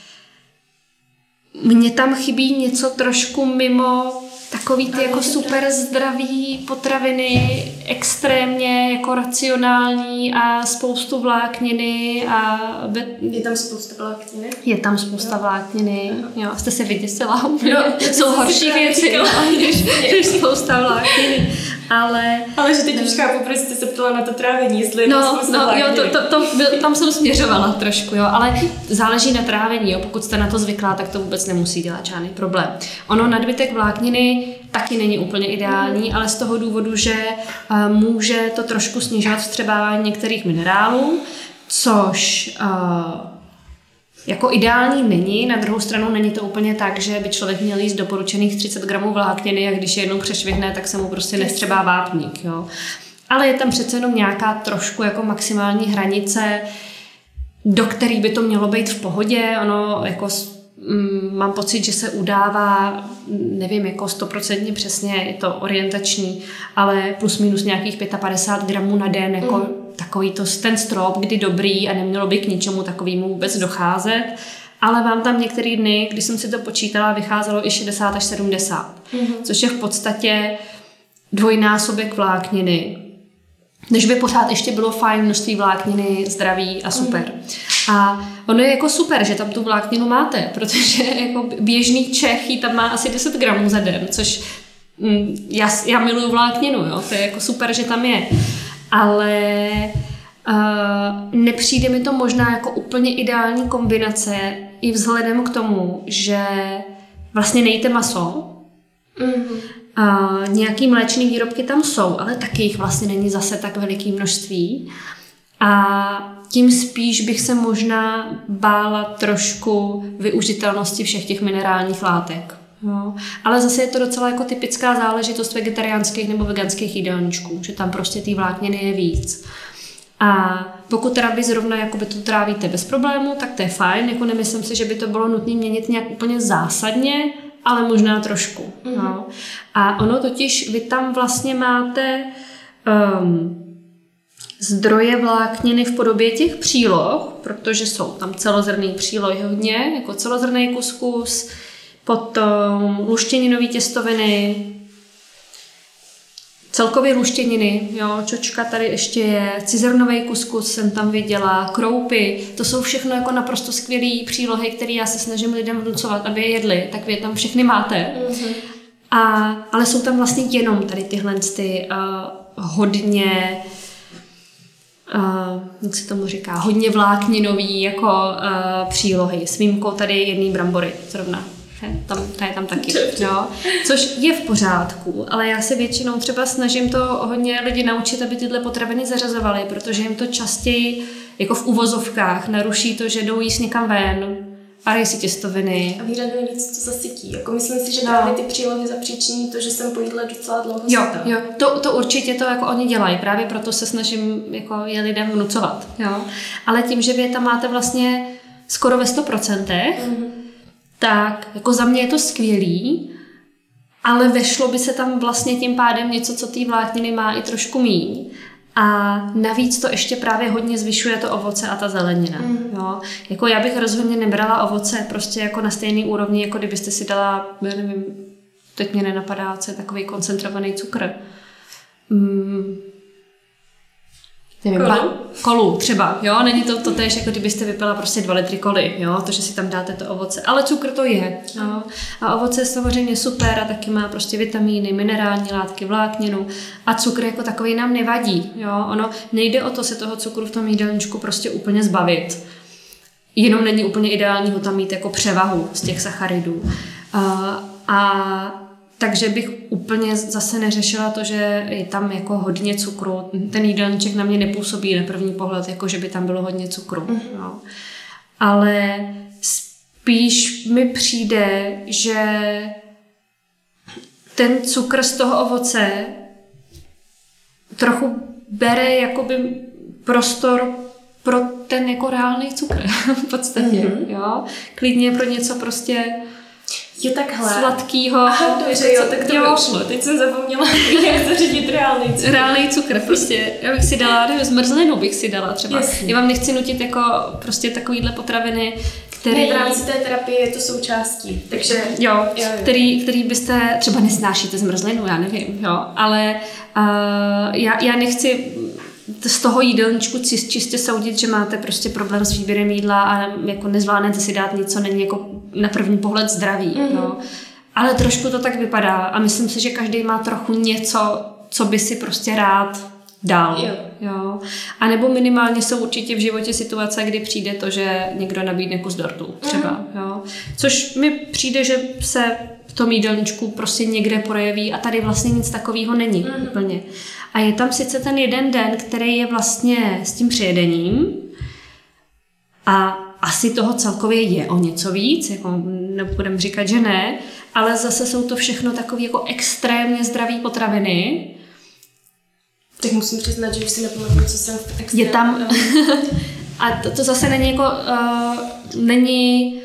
mně tam chybí něco trošku mimo takový ty jako super zdravý potraviny, extrémně jako racionální a spoustu vlákniny a... Je tam spousta vlákniny? Je tam spousta vlákniny, jo, jste se vyděsila. Jsou horší věci, než spousta vlákniny. Ale že teď už chápu, proč jste se ptala na to trávení, jestli je spousta vlákniny. Tam jsem směřovala trošku, jo, ale záleží na trávení, jo, pokud jste na to zvyklá, tak to vůbec nemusí dělat žádný problém. Ono nadbytek vlákniny taky není úplně ideální, ale z toho důvodu, že může to trošku snižovat vstřebávání některých minerálů, což jako ideální není, na druhou stranu není to úplně tak, že by člověk měl jíst doporučených 30 gramů vlákniny a když je jednou přešvihne, tak se mu prostě nevstřebá vápník. Jo. Ale je tam přece jenom nějaká trošku jako maximální hranice, do který by to mělo být v pohodě. Ono jako mám pocit, že se udává, nevím, jako 100% přesně, je to orientační, ale plus minus nějakých 55 gramů na den, jako takový to, ten strop, kdy dobrý a nemělo by k ničemu takovému vůbec docházet, ale mám tam některé dny, kdy jsem si to počítala, vycházelo i 60 až 70, což je v podstatě dvojnásobek vlákniny, než by pořád ještě bylo fajn množství vlákniny, zdraví a super. A ono je jako super, že tam tu vlákninu máte, protože jako běžný Čech jí tam má asi 10 gramů za den, což já miluju vlákninu, jo, to je jako super, že tam je. Ale nepřijde mi to možná jako úplně ideální kombinace i vzhledem k tomu, že vlastně nejte maso, nějaký mléčný výrobky tam jsou, ale taky jich vlastně není zase tak veliký množství. A tím spíš bych se možná bála trošku využitelnosti všech těch minerálních látek. Jo. Ale zase je to docela jako typická záležitost vegetariánských nebo veganských jídelníčků, že tam prostě té vlákniny je víc. A pokud teda vy zrovna jakoby to trávíte bez problému, tak to je fajn, jako nemyslím si, že by to bylo nutné měnit nějak úplně zásadně, ale možná trošku. No. A ono totiž, vy tam vlastně máte zdroje vlákniny v podobě těch příloh, protože jsou tam celozrnný přílohy hodně, jako celozrnný kuskus, potom luštěninové těstoviny, celkově luštěniny, jo, čočka tady ještě je, cizrnový kuskus jsem tam viděla, kroupy, to jsou všechno jako naprosto skvělé přílohy, které já se snažím lidem vnucovat, aby je jedli, tak vy je tam všechny máte. Ale jsou tam vlastně jenom tady tyhle hodně, jak se tomu říká, hodně vlákninový jako přílohy, s výjimkou tady jedný brambory zrovna. Ta je tam taky, no. Což je v pořádku, ale já se většinou třeba snažím to hodně lidi naučit, aby tyhle potraviny zařazovaly, protože jim to častěji jako v uvozovkách naruší to, že jdou jíst někam ven a dají si těstoviny. A výrazně víc to zasytí. Jako myslím si, že právě ty přílohy zapříčiní to, že jsem po jídle docela dlouho sytá. Jo, to určitě to jako oni dělají, právě proto se snažím jako je lidem vnucovat. Jo. Ale tím, že vy tam máte vlastně skoro ve 100%, tak jako za mě je to skvělý, ale vešlo by se tam vlastně tím pádem něco, co té vlákniny má i trošku míň. A navíc to ještě právě hodně zvyšuje to ovoce a ta zelenina. Jo? Jako já bych rozhodně nebrala ovoce prostě jako na stejný úrovni, jako kdybyste si dala, já nevím, teď mě nenapadá, co je takový koncentrovaný cukr. Kolu třeba, jo, není to též, jako kdybyste vypila prostě 2 litry koly, jo, to, že si tam dáte to ovoce, ale cukr to je, jo, a ovoce je samozřejmě super a taky má prostě vitamíny, minerální látky, vlákninu a cukr jako takový nám nevadí, jo, ono nejde o to se toho cukru v tom jídelníčku prostě úplně zbavit, jenom není úplně ideální ho tam mít jako převahu z těch sacharidů. Takže bych úplně zase neřešila to, že je tam jako hodně cukru. Ten jídelníček na mě nepůsobí na první pohled, jako že by tam bylo hodně cukru. No. Ale spíš mi přijde, že ten cukr z toho ovoce trochu bere jakoby prostor pro ten jako reálný cukr v podstatě. Jo? Klidně pro něco prostě sladkýho. Tak to vyšlo. Teď jsem zapomněla, jak zařídit reálný cukr. Reálný cukr, prostě. Já bych si dala, zmrzlinu bych si dala třeba. Jasně. Já vám nechci nutit jako prostě takovýhle potraviny, který... V rámci té terapie je to součástí, takže... Jo. Který byste třeba nesnášíte zmrzlinu, já nevím, jo, ale já nechci z toho jídelníčku čistě soudit, že máte prostě problém s výběrem jídla a jako nezvládnete si dát něco, není jako na první pohled zdravý, jo. Ale trošku to tak vypadá a myslím si, že každý má trochu něco, co by si prostě rád dal. Jo. A nebo minimálně jsou určitě v životě situace, kdy přijde to, že někdo nabídne kus dortu třeba. Jo. Což mi přijde, že se v tom jídelníčku prostě někde projeví a tady vlastně nic takového není úplně. A je tam sice ten jeden den, který je vlastně s tím přejedením a asi toho celkově je o něco víc, jako nebudem říkat, že ne, ale zase jsou to všechno takové jako extrémně zdravé potraviny. Tak musím přiznat, že už si nepamatuju, co jsem v extrémně... Je tam... a to zase není jako... není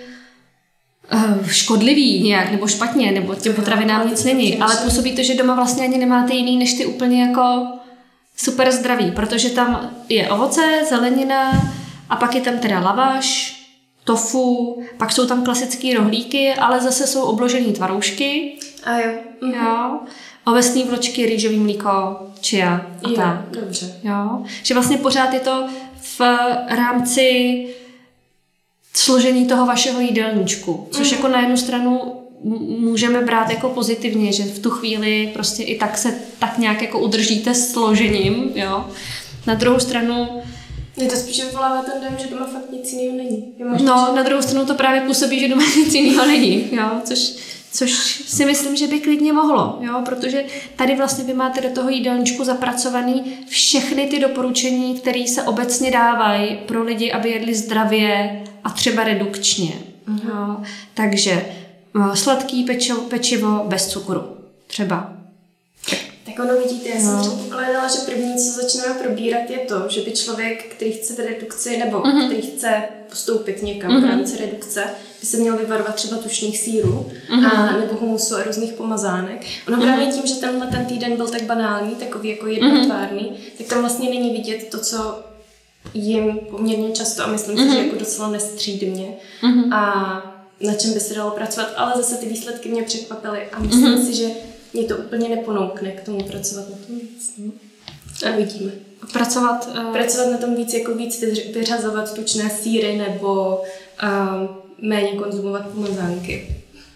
škodlivý nějak, nebo špatně, nebo těm potravinám nic není, ale působí to, že doma vlastně ani nemáte jiný, než ty úplně jako super zdraví, protože tam je ovoce, zelenina a pak je tam teda lavaš, tofu, pak jsou tam klasické rohlíky, ale zase jsou obložený tvaroušky. A jo. Jo. Ovesný vločky, rýžový mlíko, chia a tak. Dobře. Jo. Že vlastně pořád je to v rámci složení toho vašeho jídelníčku, což jako na jednu stranu můžeme brát jako pozitivně, že v tu chvíli prostě i tak se tak nějak jako udržíte složením, jo. Na druhou stranu... Je to spíš vyvolává ten dojem, že doma fakt nic jiného není. Na druhou stranu to právě působí, že doma nic jiného není, jo, což si myslím, že by klidně mohlo, jo, protože tady vlastně vy máte do toho jídelníčku zapracovaný všechny ty doporučení, které se obecně dávají pro lidi, aby jedli zdravě a třeba redukčně. Jo. Takže sladký pečivo bez cukru, třeba. Tak ono vidíte, já jsem předpokládala, že první, co začneme probírat, je to, že by člověk, který chce v redukci, nebo který chce postoupit někam v rámci redukce, by se měl vyvarovat třeba tučných sýrů, nebo humusu a různých pomazánek. Ono právě tím, že ten týden byl tak banální, takový jako jednotvárný, tak tam vlastně není vidět to, co jim poměrně často a myslím si, že jako docela nestřídmě a na čem by se dalo pracovat, ale zase ty výsledky mě překvapily a myslím si, že mě to úplně neponoukne k tomu pracovat na tom víc. A vidíme. Pracovat na tom víc, jako víc vyřazovat tučné sýry nebo méně konzumovat pomazánky.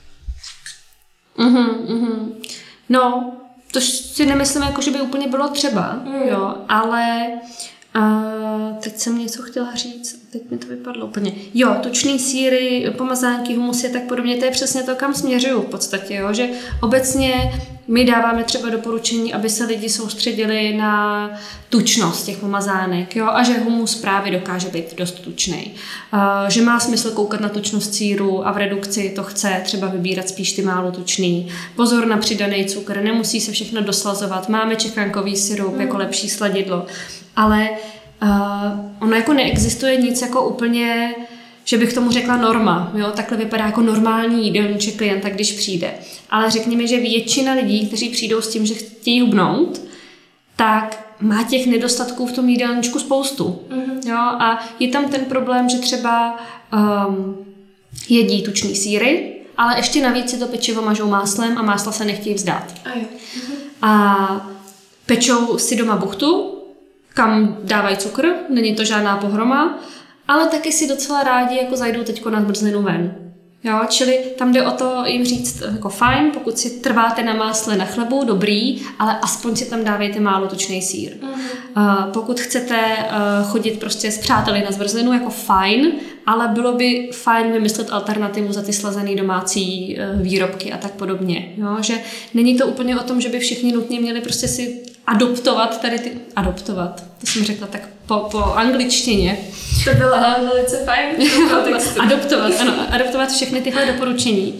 No, to si nemyslím, jako, že by úplně bylo třeba, jo, ale teď jsem něco chtěla říct, teď mi to vypadlo úplně. Jo, tučný sýry, pomazánky, humusy a tak podobně, to je přesně to, kam směřuju v podstatě, jo, že obecně my dáváme třeba doporučení, aby se lidi soustředili na tučnost těch pomazánek, jo, a že humus právě dokáže být dost tučnej. Že má smysl koukat na tučnost sýru a v redukci to chce třeba vybírat spíš ty málo tučný. Pozor na přidaný cukr, nemusí se všechno doslazovat, máme čekankový syrup jako lepší sladidlo, ale ono jako neexistuje nic jako úplně, že bych tomu řekla norma, jo, takhle vypadá jako normální jídelníček klienta, když přijde. Ale řekněme, že většina lidí, kteří přijdou s tím, že chtějí hubnout, tak má těch nedostatků v tom jídelníčku spoustu. Jo, a je tam ten problém, že třeba jedí tučný sýry, ale ještě navíc si to pečivo mažou máslem a másla se nechtějí vzdát. A pečou si doma buchtu, kam dávají cukr, není to žádná pohroma, ale taky si docela rádi jako zajdou teďko na zmrzlinu ven. Jo, čili tam jde o to jim říct jako fajn, pokud si trváte na másle na chlebu, dobrý, ale aspoň si tam dávejte málo tučný sýr. Pokud chcete chodit prostě s přáteli na zmrzlinu, jako fajn, ale bylo by fajn vymyslet alternativu za ty slazené domácí výrobky a tak podobně. Jo? Že není to úplně o tom, že by všichni nutně měli prostě si adoptovat, to jsem řekla tak po angličtině. To bylo velice fajn. adoptovat všechny tyhle doporučení.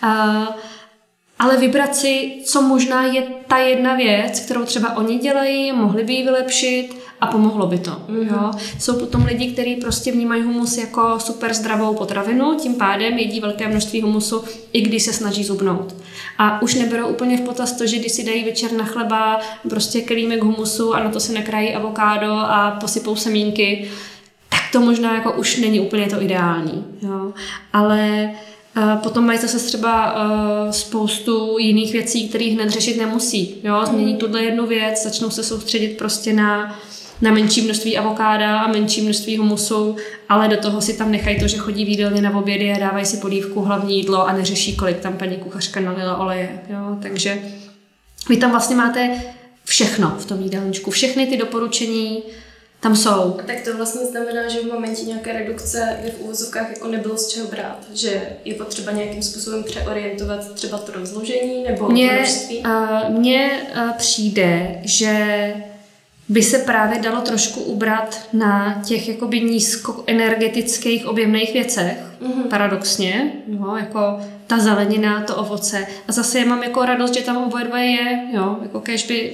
Ale vybrat si, co možná je ta jedna věc, kterou třeba oni dělají, mohli by ji vylepšit a pomohlo by to. Jo? Jsou potom lidi, kteří prostě vnímají humus jako super zdravou potravinu, tím pádem jedí velké množství humusu, i když se snaží zubnout. A už neberou úplně v potaz to, že když si dají večer na chleba prostě kelímek humusu a na to si nakrájí avokádo a posypou semínky, tak to možná jako už není úplně to ideální. Jo? Ale potom mají zase třeba spoustu jiných věcí, které hned řešit nemusí. Jo? Změní tuhle jednu věc, začnou se soustředit prostě na menší množství avokáda a menší množství humusu, ale do toho si tam nechají to, že chodí v jídelně na obědy a dávají si polívku, hlavní jídlo a neřeší, kolik tam paní kuchařka nalila oleje. Jo? Takže vy tam vlastně máte všechno v tom jídelníčku. Všechny ty doporučení tam jsou. Tak to vlastně znamená, že v momentě nějaké redukce je v úvozovkách jako nebylo z čeho brát, že je potřeba nějakým způsobem přeorientovat třeba to rozložení nebo množství? Mně přijde, že by se právě dalo trošku ubrat na těch jakoby nízkoenergetických objemných věcech, paradoxně, no, jako ta zelenina, to ovoce. A zase já mám jako radost, že tam oboje dvoje je, jo, jako kéž by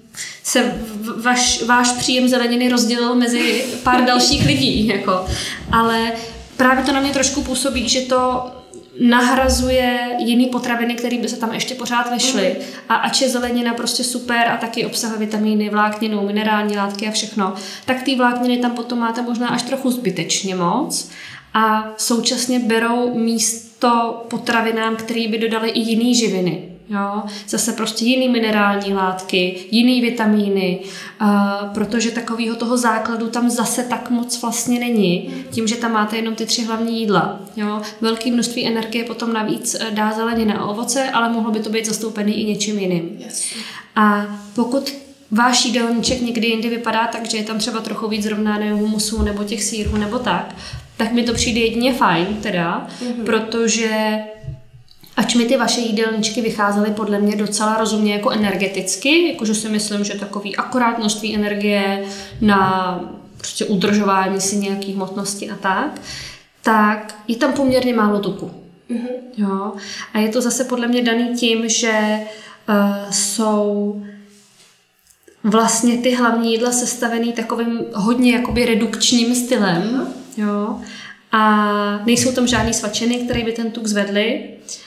se váš příjem zeleniny rozdělil mezi pár dalších lidí, jako. Ale právě to na mě trošku působí, že to nahrazuje jiný potraviny, které by se tam ještě pořád vešly. A ač je zelenina prostě super a taky obsahuje vitamíny, vlákninu, minerální látky a všechno, tak ty vlákniny tam potom máte možná až trochu zbytečně moc a současně berou místo potravinám, které by dodaly i jiný živiny. Jo? Zase prostě jiný minerální látky, jiný vitamíny, protože takového toho základu tam zase tak moc vlastně není, tím, že tam máte jenom ty 3 hlavní jídla. Jo? Velké množství energie potom navíc dá zelenina a ovoce, ale mohlo by to být zastoupený i něčím jiným. Yes. A pokud váš jídelníček někdy jindy vypadá tak, že je tam třeba trochu víc zrovnaného humusu nebo těch sýrů nebo tak mi to přijde jedině fajn teda, protože ač mi ty vaše jídelníčky vycházely podle mě docela rozumně jako energeticky, jakože si myslím, že takový akorát množství energie na prostě udržování si nějakých hmotností a tak je tam poměrně málo tuku. Jo? A je to zase podle mě daný tím, že jsou vlastně ty hlavní jídla sestavený takovým hodně jakoby redukčním stylem. Jo? A nejsou tam žádný svačiny, které by ten tuk zvedly.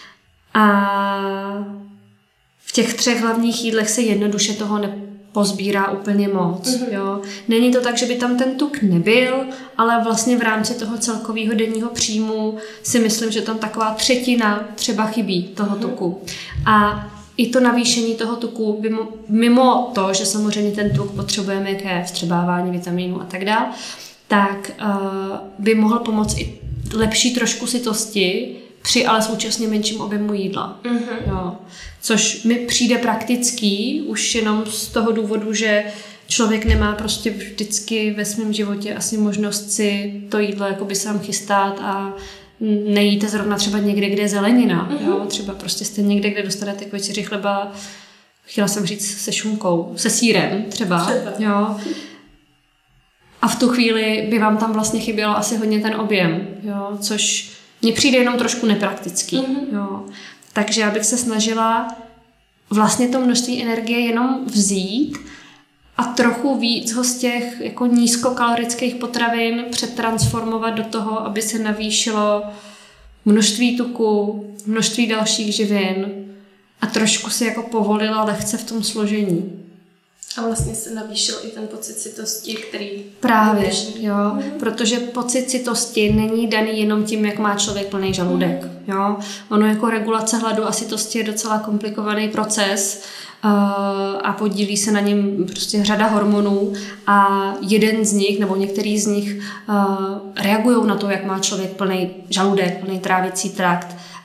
A v těch 3 hlavních jídlech se jednoduše toho nepozbírá úplně moc. Jo. Není to tak, že by tam ten tuk nebyl, ale vlastně v rámci toho celkového denního příjmu si myslím, že tam taková 1/3 třeba chybí toho tuku. A i to navýšení toho tuku, by mimo to, že samozřejmě ten tuk potřebujeme ke vstřebávání vitamínů a tak dále, tak by mohl pomoct i lepší trošku sytosti, při ale současně menším objemu jídla. Jo. Což mi přijde praktický, už jenom z toho důvodu, že člověk nemá prostě vždycky ve svém životě asi možnost si to jídlo jakoby sám chystat a nejíte zrovna třeba někde, kde je zelenina. Jo. Třeba prostě jste někde, kde dostanete k večeři chleba, chtěla jsem říct se šunkou, se sýrem třeba. Jo. A v tu chvíli by vám tam vlastně chybělo asi hodně ten objem, jo. Což mně přijde jenom trošku nepraktický. Jo. Takže já bych se snažila vlastně to množství energie jenom vzít a trochu víc ho z těch jako nízkokalorických potravin přetransformovat do toho, aby se navýšilo množství tuku, množství dalších živin a trošku si jako povolila lehce v tom složení. A vlastně se navýšil i ten pocit sytosti, který... Právě, jo, protože pocit sytosti není daný jenom tím, jak má člověk plný žaludek, jo. Ono jako regulace hladu a sytosti je docela komplikovaný proces a podílí se na něm prostě řada hormonů a jeden z nich, nebo některý z nich reagují na to, jak má člověk plný žaludek, plný trávicí trakt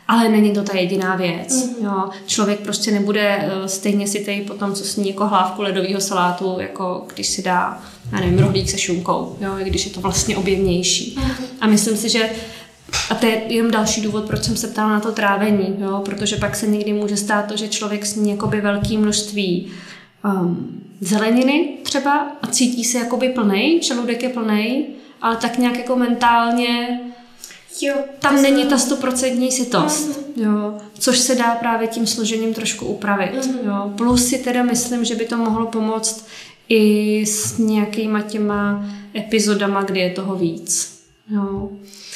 ale není to ta jediná věc. Jo. Člověk prostě nebude stejně sytej po tom, co sní jako hlávku ledového salátu, jako když si dá, já nevím, rohlík se šunkou, jo, i když je to vlastně objemnější. A myslím si, že a to je jen další důvod, proč jsem se ptala na to trávení, jo, protože pak se někdy může stát to, že člověk sní jakoby velké množství zeleniny třeba a cítí se jakoby plnej, žaludek je plnej, ale tak nějak jako mentálně tam není ta 100% sytost, jo, což se dá právě tím složením trošku upravit. Jo. Plus si teda myslím, že by to mohlo pomoct i s nějakýma těma epizodama, kdy je toho víc. Jo.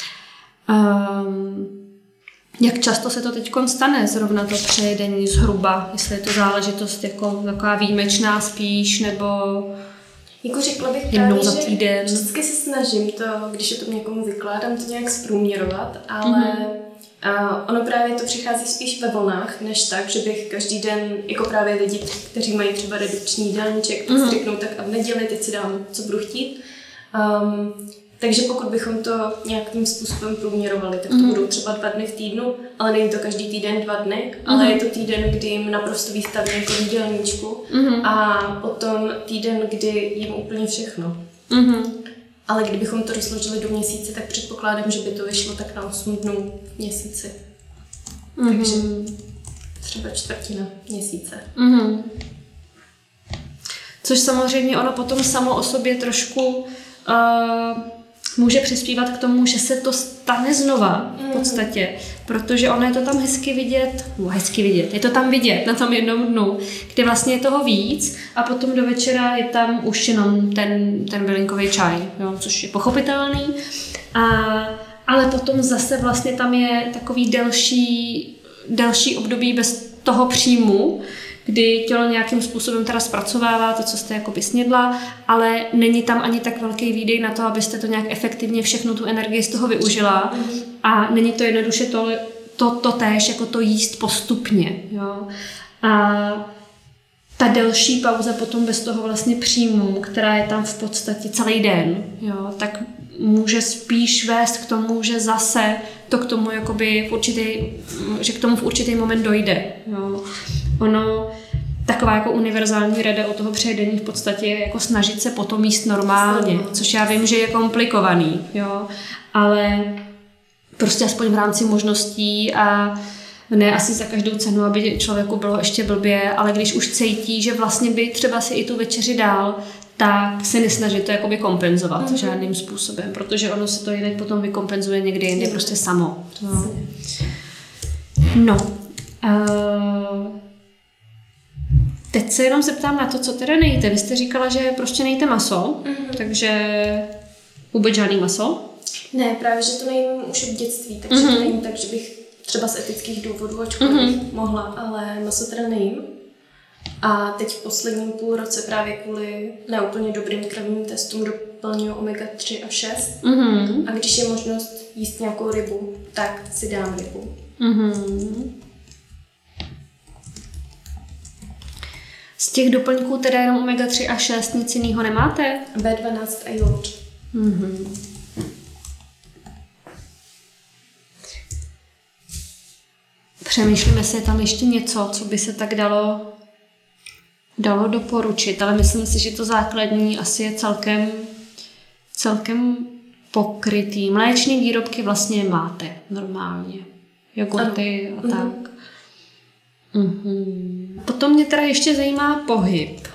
Jak často se to teď stane, zrovna to přejedení zhruba, jestli je to záležitost jako taková výjimečná spíš, nebo jako řekla bych jednou právě, za týden. Vždycky se snažím to, když je to někomu vykládám, to nějak zprůměrovat, ale ono právě to přichází spíš ve vlnách, než tak, že bych každý den, jako právě lidi, kteří mají třeba redukční jídelníček, tak si řeknou, tak a v neděli teď si dám, co budu chtít. Takže pokud bychom to nějakým způsobem průměrovali, tak to budou třeba 2 dny v týdnu, ale není to každý týden 2 dny, ale je to týden, kdy jim naprosto výstavně to jídelníčku a potom týden, kdy jim úplně všechno. Ale kdybychom to rozložili do měsíce, tak předpokládám, že by to vyšlo tak na 8 dnů v měsíci. Takže třeba 1/4 měsíce. Což samozřejmě ono potom samo o sobě trošku může přispívat k tomu, že se to stane znova v podstatě, protože ono je to tam hezky vidět, je to tam vidět na tom jednom dnu, kdy vlastně je toho víc a potom do večera je tam už jenom ten bylinkový čaj, jo, což je pochopitelný, ale potom zase vlastně tam je takový delší období bez toho příjmu, kdy tělo nějakým způsobem teda zpracovává to, co jste jakoby snědla, ale není tam ani tak velký výdej na to, abyste to nějak efektivně všechnu tu energii z toho využila a není to jednoduše to též, jako to jíst postupně. Jo. A ta delší pauza potom bez toho vlastně příjmu, která je tam v podstatě celý den, jo, tak může spíš vést k tomu, že zase to k tomu jakoby že k tomu v určitý moment dojde. Jo. Ono, taková jako univerzální rada u toho přejedení v podstatě je jako snažit se potom jíst normálně, což já vím, že je komplikovaný, jo, ale prostě aspoň v rámci možností a ne asi za každou cenu, aby člověku bylo ještě blbě, ale když už cítí, že vlastně by třeba si i tu večeři dal, tak se nesnažit to jakoby kompenzovat žádným způsobem, protože ono se to jinak potom vykompenzuje někdy jindy prostě samo. No. Teď se jenom zeptám na to, co teda nejíte. Vy jste říkala, že prostě nejíte maso, takže vůbec žádný maso? Ne, právě, že to nejím už od dětství, takže to nejím tak, že bych třeba z etických důvodů, ačkoliv mohla, ale maso teda nejím. A teď v posledním půl roce právě kvůli neúplně dobrým krevním testům doplňuji omega-3 a 6. A když je možnost jíst nějakou rybu, tak si dám rybu. Z těch doplňků teda jenom omega-3 a 6, nic jiného nemáte? B12 a jód. Přemýšlím, jestli je tam ještě něco, co by se tak dalo doporučit, ale myslím si, že to základní asi je celkem pokrytý. Mléčné výrobky vlastně máte normálně. Jogurty a tak. Potom mě teda ještě zajímá pohyb.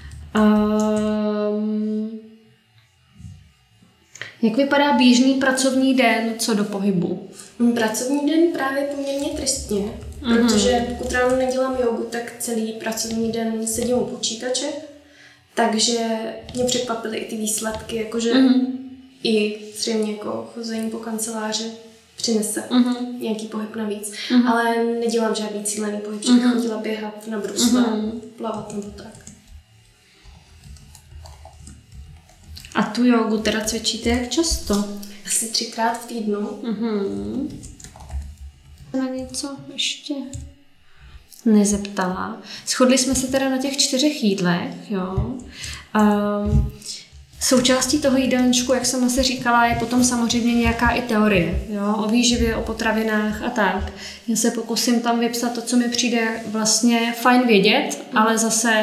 Jak vypadá běžný pracovní den co do pohybu? Pracovní den právě poměrně tristně, protože pokud ráno nedělám jogu, tak celý pracovní den sedím u počítače, takže mě překvapily i ty výsledky, jakože i zřejmě jako chození po kanceláři přinese nějaký pohyb navíc, ale nedělám žádný cílený pohyb, že bych chodila běhat na brusle, plavat nebo tak. A tu jogu teda cvičíte jak často? Asi 3krát v týdnu. Na něco ještě nezeptala. Shodli jsme se teda na těch 4 jídlech, jo. Součástí toho jídelníčku, jak jsem asi říkala, je potom samozřejmě nějaká i teorie, jo? O výživě, o potravinách a tak. Já se pokusím tam vypsat to, co mi přijde vlastně fajn vědět, ale zase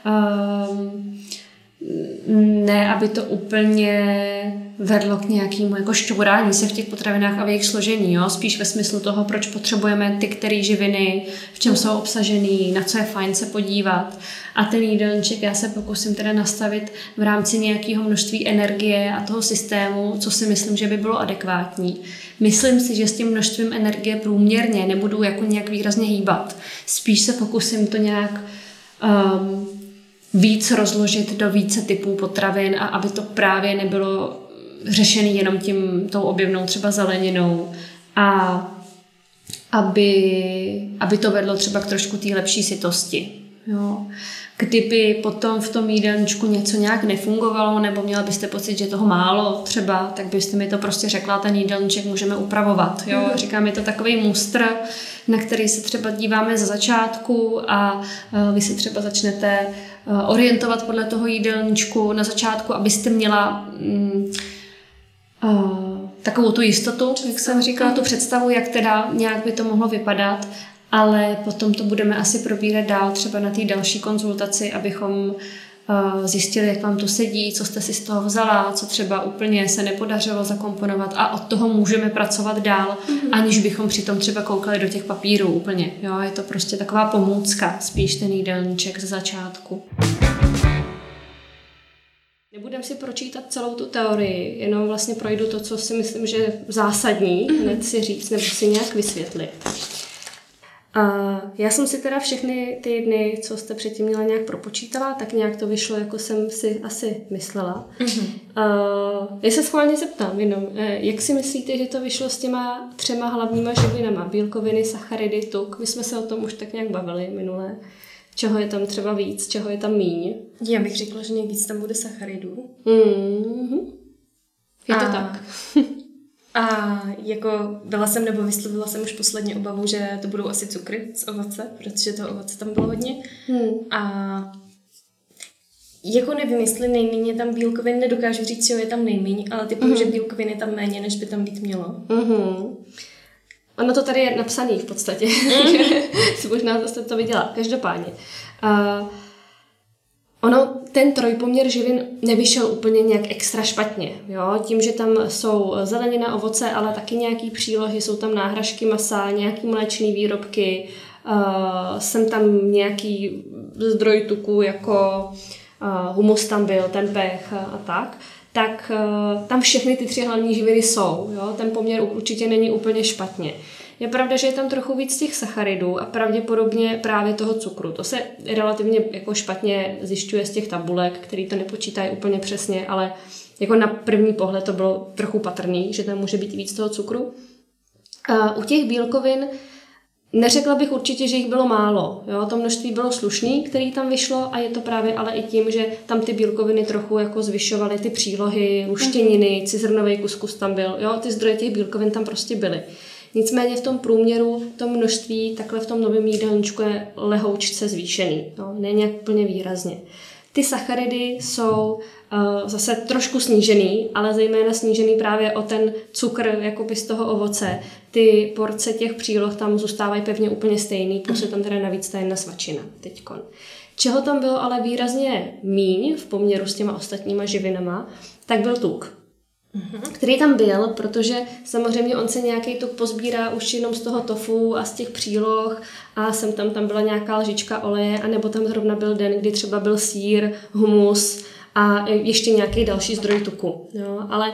ne, aby to úplně vedlo k nějakému jako šťourání se v těch potravinách a v jejich složení, jo? Spíš ve smyslu toho, proč potřebujeme ty které živiny, v čem jsou obsažený, na co je fajn se podívat. A ten jídelníček já se pokusím teda nastavit v rámci nějakého množství energie a toho systému, co si myslím, že by bylo adekvátní. Myslím si, že s tím množstvím energie průměrně nebudu jako nějak výrazně hýbat. Spíš se pokusím to nějak víc rozložit do více typů potravin a aby to právě nebylo řešený jenom tou objevnou třeba zeleninou a aby to vedlo třeba k trošku té lepší sytosti. Jo. Kdyby potom v tom jídelníčku něco nějak nefungovalo nebo měla byste pocit, že toho málo třeba, tak byste mi to prostě řekla, ten jídelníček můžeme upravovat. Jo. Říkám, je to takový mustr, na který se třeba díváme za začátku a vy se třeba začnete orientovat podle toho jídelníčku na začátku, abyste měla takovou tu jistotu, jak jsem říkala, tu představu, jak teda nějak by to mohlo vypadat, ale potom to budeme asi probírat dál třeba na té další konzultaci, abychom zjistili, jak vám to sedí, co jste si z toho vzala, co třeba úplně se nepodařilo zakomponovat a od toho můžeme pracovat dál, aniž bychom přitom třeba koukali do těch papírů úplně. Jo, je to prostě taková pomůcka, spíš ten jídelníček ze začátku. Nebudem si pročítat celou tu teorii, jenom vlastně projdu to, co si myslím, že je zásadní, hned si říct nebo si nějak vysvětlit. Já jsem si teda všechny ty dny, co jste předtím měla nějak propočítala, tak nějak to vyšlo, jako jsem si asi myslela. Já se schválně zeptám jenom, jak si myslíte, že to vyšlo s těma 3 hlavníma živinama? Bílkoviny, sacharidy, tuk. My jsme se o tom už tak nějak bavili minule. Čeho je tam třeba víc, čeho je tam míň? Já bych řekla, že nejvíc tam bude sacharidů. Je to tak. A jako vyslovila jsem už posledně obavu, že to budou asi cukry z ovoce, protože toho ovoce tam bylo hodně. A jako nevím, jestli nejméně tam bílkovin, nedokážu říct, že je tam nejméně, ale typuji, že bílkovin je tam méně, než by tam být mělo. Ono to tady je napsaný v podstatě. Si možná zase to viděla. Každopádně. Ten trojpoměr živin nevyšel úplně nějak extra špatně. Jo? Tím, že tam jsou zelenina, ovoce, ale taky nějaký přílohy, jsou tam náhražky masa, nějaký mléčné výrobky, jsem tam nějaký zdroj tuku, jako humus tam byl, tempeh a tak tam všechny ty 3 hlavní živiny jsou. Jo? Ten poměr určitě není úplně špatně. Je pravda, že je tam trochu víc těch sacharidů a pravděpodobně právě toho cukru. To se relativně jako špatně zjišťuje z těch tabulek, který to nepočítají úplně přesně, ale jako na první pohled to bylo trochu patrný, že tam může být víc toho cukru. U těch bílkovin neřekla bych určitě, že jich bylo málo. Jo? To množství bylo slušný, který tam vyšlo a je to právě ale i tím, že tam ty bílkoviny trochu jako zvyšovaly ty přílohy, luštěniny, cizrnový kuskus tam byl. Jo? Ty zdroje těch bílkovin tam prostě byly. Nicméně v tom průměru to množství takhle v tom novém jídelníčku je lehoučce zvýšený. No, ne nějak úplně výrazně. Ty sacharidy jsou zase trošku snížený, ale zejména snížený právě o ten cukr jakoby z toho ovoce. Ty porce těch příloh tam zůstávají pevně úplně stejný, plus je tam teda navíc ta jedna svačina teďkon. Čeho tam bylo ale výrazně míň v poměru s těma ostatníma živinama, tak byl tuk. Který tam byl, protože samozřejmě on se nějaký tuk pozbírá už jenom z toho tofu a z těch příloh a tam byla nějaká lžička oleje, anebo tam zrovna byl den, kdy třeba byl sýr, humus a ještě nějaký další zdroj tuku. Jo? Ale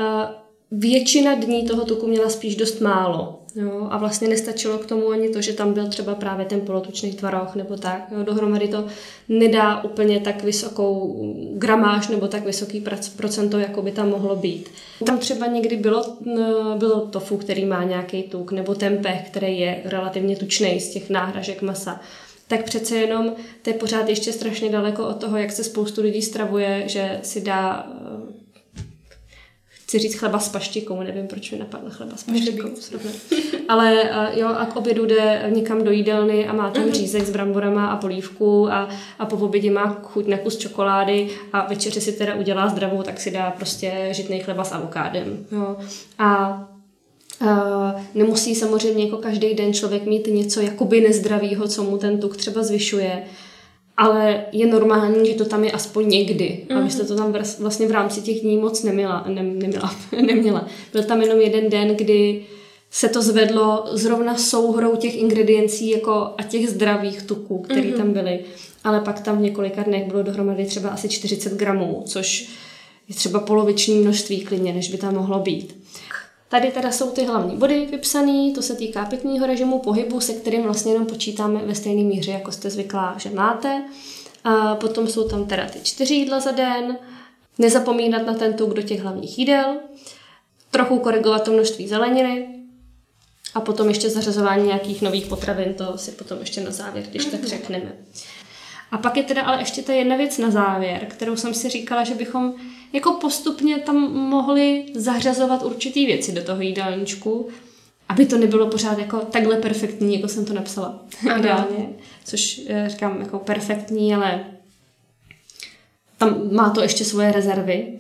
většina dní toho tuku měla spíš dost málo. Jo? A vlastně nestačilo k tomu ani to, že tam byl třeba právě ten polotučný tvaroh nebo tak. Jo? Dohromady to nedá úplně tak vysokou gramáž nebo tak vysoký procento, jako by tam mohlo být. Tam třeba někdy bylo tofu, který má nějaký tuk, nebo tempeh, který je relativně tučný z těch náhražek masa. Tak přece jenom to je pořád ještě strašně daleko od toho, jak se spoustu lidí stravuje, že si dá chci říct chleba s paštikou, nevím, proč mi napadl chleba s paštikou. Ale jo, a k obědu jde někam do jídelny a má tam řízek s bramborama a polívku a po obědě má chuť na kus čokolády a večeři si teda udělá zdravou, tak si dá prostě žitný chleba s avokádem. Jo. A nemusí samozřejmě jako každý den člověk mít něco jakoby nezdravýho, co mu ten tuk třeba zvyšuje, ale je normální, že to tam je aspoň někdy. Abyste to tam vlastně v rámci těch dní moc neměla. Byl tam jenom jeden den, kdy se to zvedlo zrovna souhrou těch ingrediencí jako a těch zdravých tuků, které tam byly. Ale pak tam v několika dnech bylo dohromady třeba asi 40 gramů, což je třeba poloviční množství klidně, než by tam mohlo být. Tady teda jsou ty hlavní body vypsaný, to se týká pitného režimu, pohybu, se kterým vlastně jenom počítáme ve stejné míře, jako jste zvyklá, že máte. A potom jsou tam teda ty 4 jídla za den, nezapomínat na ten tuk do těch hlavních jídel, trochu korigovat to množství zeleniny a potom ještě zařazování nějakých nových potravin, to si potom ještě na závěr, když tak řekneme. A pak je teda ale ještě ta jedna věc na závěr, kterou jsem si říkala, že bychom jako postupně tam mohli zařazovat určitý věci do toho jídelníčku, aby to nebylo pořád jako takhle perfektní, jako jsem to napsala. Ideálně, což říkám jako perfektní, ale tam má to ještě svoje rezervy.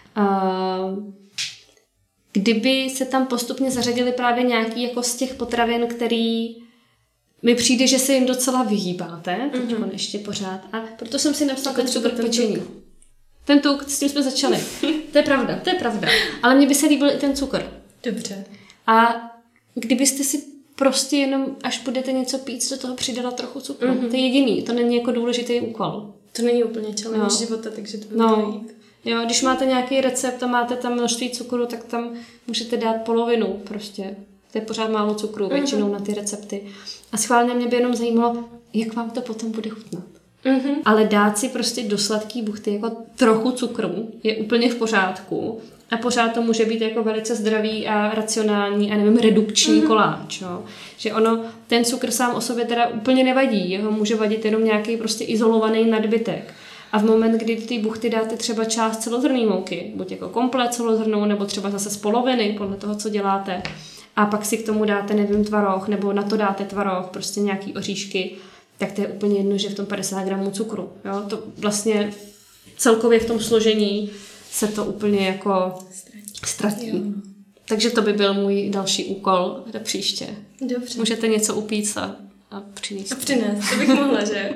Kdyby se tam postupně zařadili právě nějaký jako z těch potravin, který mi přijde, že se jim docela vyhýbáte, teď ještě pořád. A proto jsem si napsala ten cukr k pečení. Ten tuk, s tím jsme začali. To je pravda. Ale mně by se líbil i ten cukr. Dobře. A kdybyste si prostě jenom, až budete něco pít, do toho přidala trochu cukru. To je jediný, to není jako důležitý úkol. To není úplně challenge života, takže to by mělo jít. Jo, když máte nějaký recept a máte tam množství cukru, tak tam můžete dát polovinu prostě. To je pořád málo cukru většinou na ty recepty. A schválně mě by jenom zajímalo, jak vám to potom bude chutnat. Ale dát si prostě do sladký buchty jako trochu cukru je úplně v pořádku a pořád to může být jako velice zdravý a racionální a nevím, redukční koláč. Jo. Že ono, ten cukr sám o sobě teda úplně nevadí, jeho může vadit jenom nějaký prostě izolovaný nadbytek. A v moment, kdy ty buchty dáte třeba část celozrnné mouky, buď jako komplet celozrnnou, nebo třeba zase z poloviny, podle toho, co děláte, a pak si k tomu dáte, nevím, tvaroh, nebo na to dáte tvaroh, prostě nějaký oříšky, tak to je úplně jedno, že v tom 50 gramů cukru. Jo? To vlastně celkově v tom složení se to úplně jako ztratí. Takže to by byl můj další úkol do příště. Dobře. Můžete něco upít a přinést. Přinést, to bych mohla, že?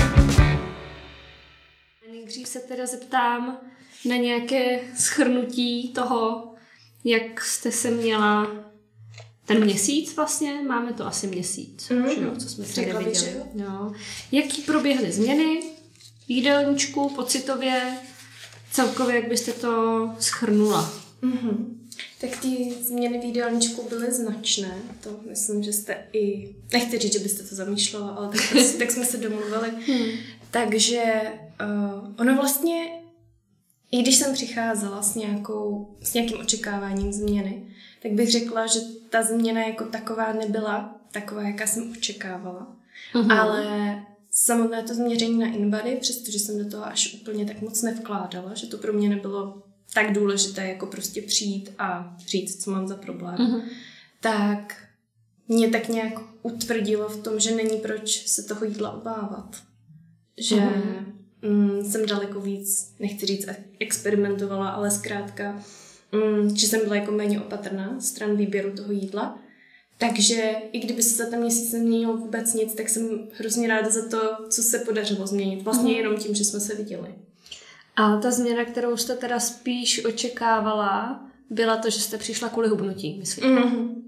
Nejdřív se teda zeptám na nějaké shrnutí toho, jak jste se měla ten měsíc vlastně, máme to asi měsíc, že jo, co jsme se neviděli. Jo. Jaký proběhly změny v jídelníčku, pocitově, celkově, jak byste to shrnula? Tak ty změny v jídelníčku byly značné, to myslím, že jste i, nechci říct, že byste to zamýšlela, ale tak jsme se domluvili. Takže ono vlastně, i když jsem přicházela s nějakým očekáváním změny, tak bych řekla, že ta změna jako taková nebyla taková, jaká jsem očekávala. Ale samotné to změření na InBody, přestože jsem do toho až úplně tak moc nevkládala, že to pro mě nebylo tak důležité, jako prostě přijít a říct, co mám za problém, tak mě tak nějak utvrdilo v tom, že není proč se toho jídla obávat. Že jsem daleko víc, nechci říct experimentovala, ale zkrátka, že jsem byla jako méně opatrná stran výběru toho jídla. Takže i kdyby se za ten měsíc neměnilo vůbec nic, tak jsem hrozně ráda za to, co se podařilo změnit. Vlastně jenom tím, že jsme se viděli. A ta změna, kterou jste teda spíš očekávala, byla to, že jste přišla kvůli hubnutí, myslím.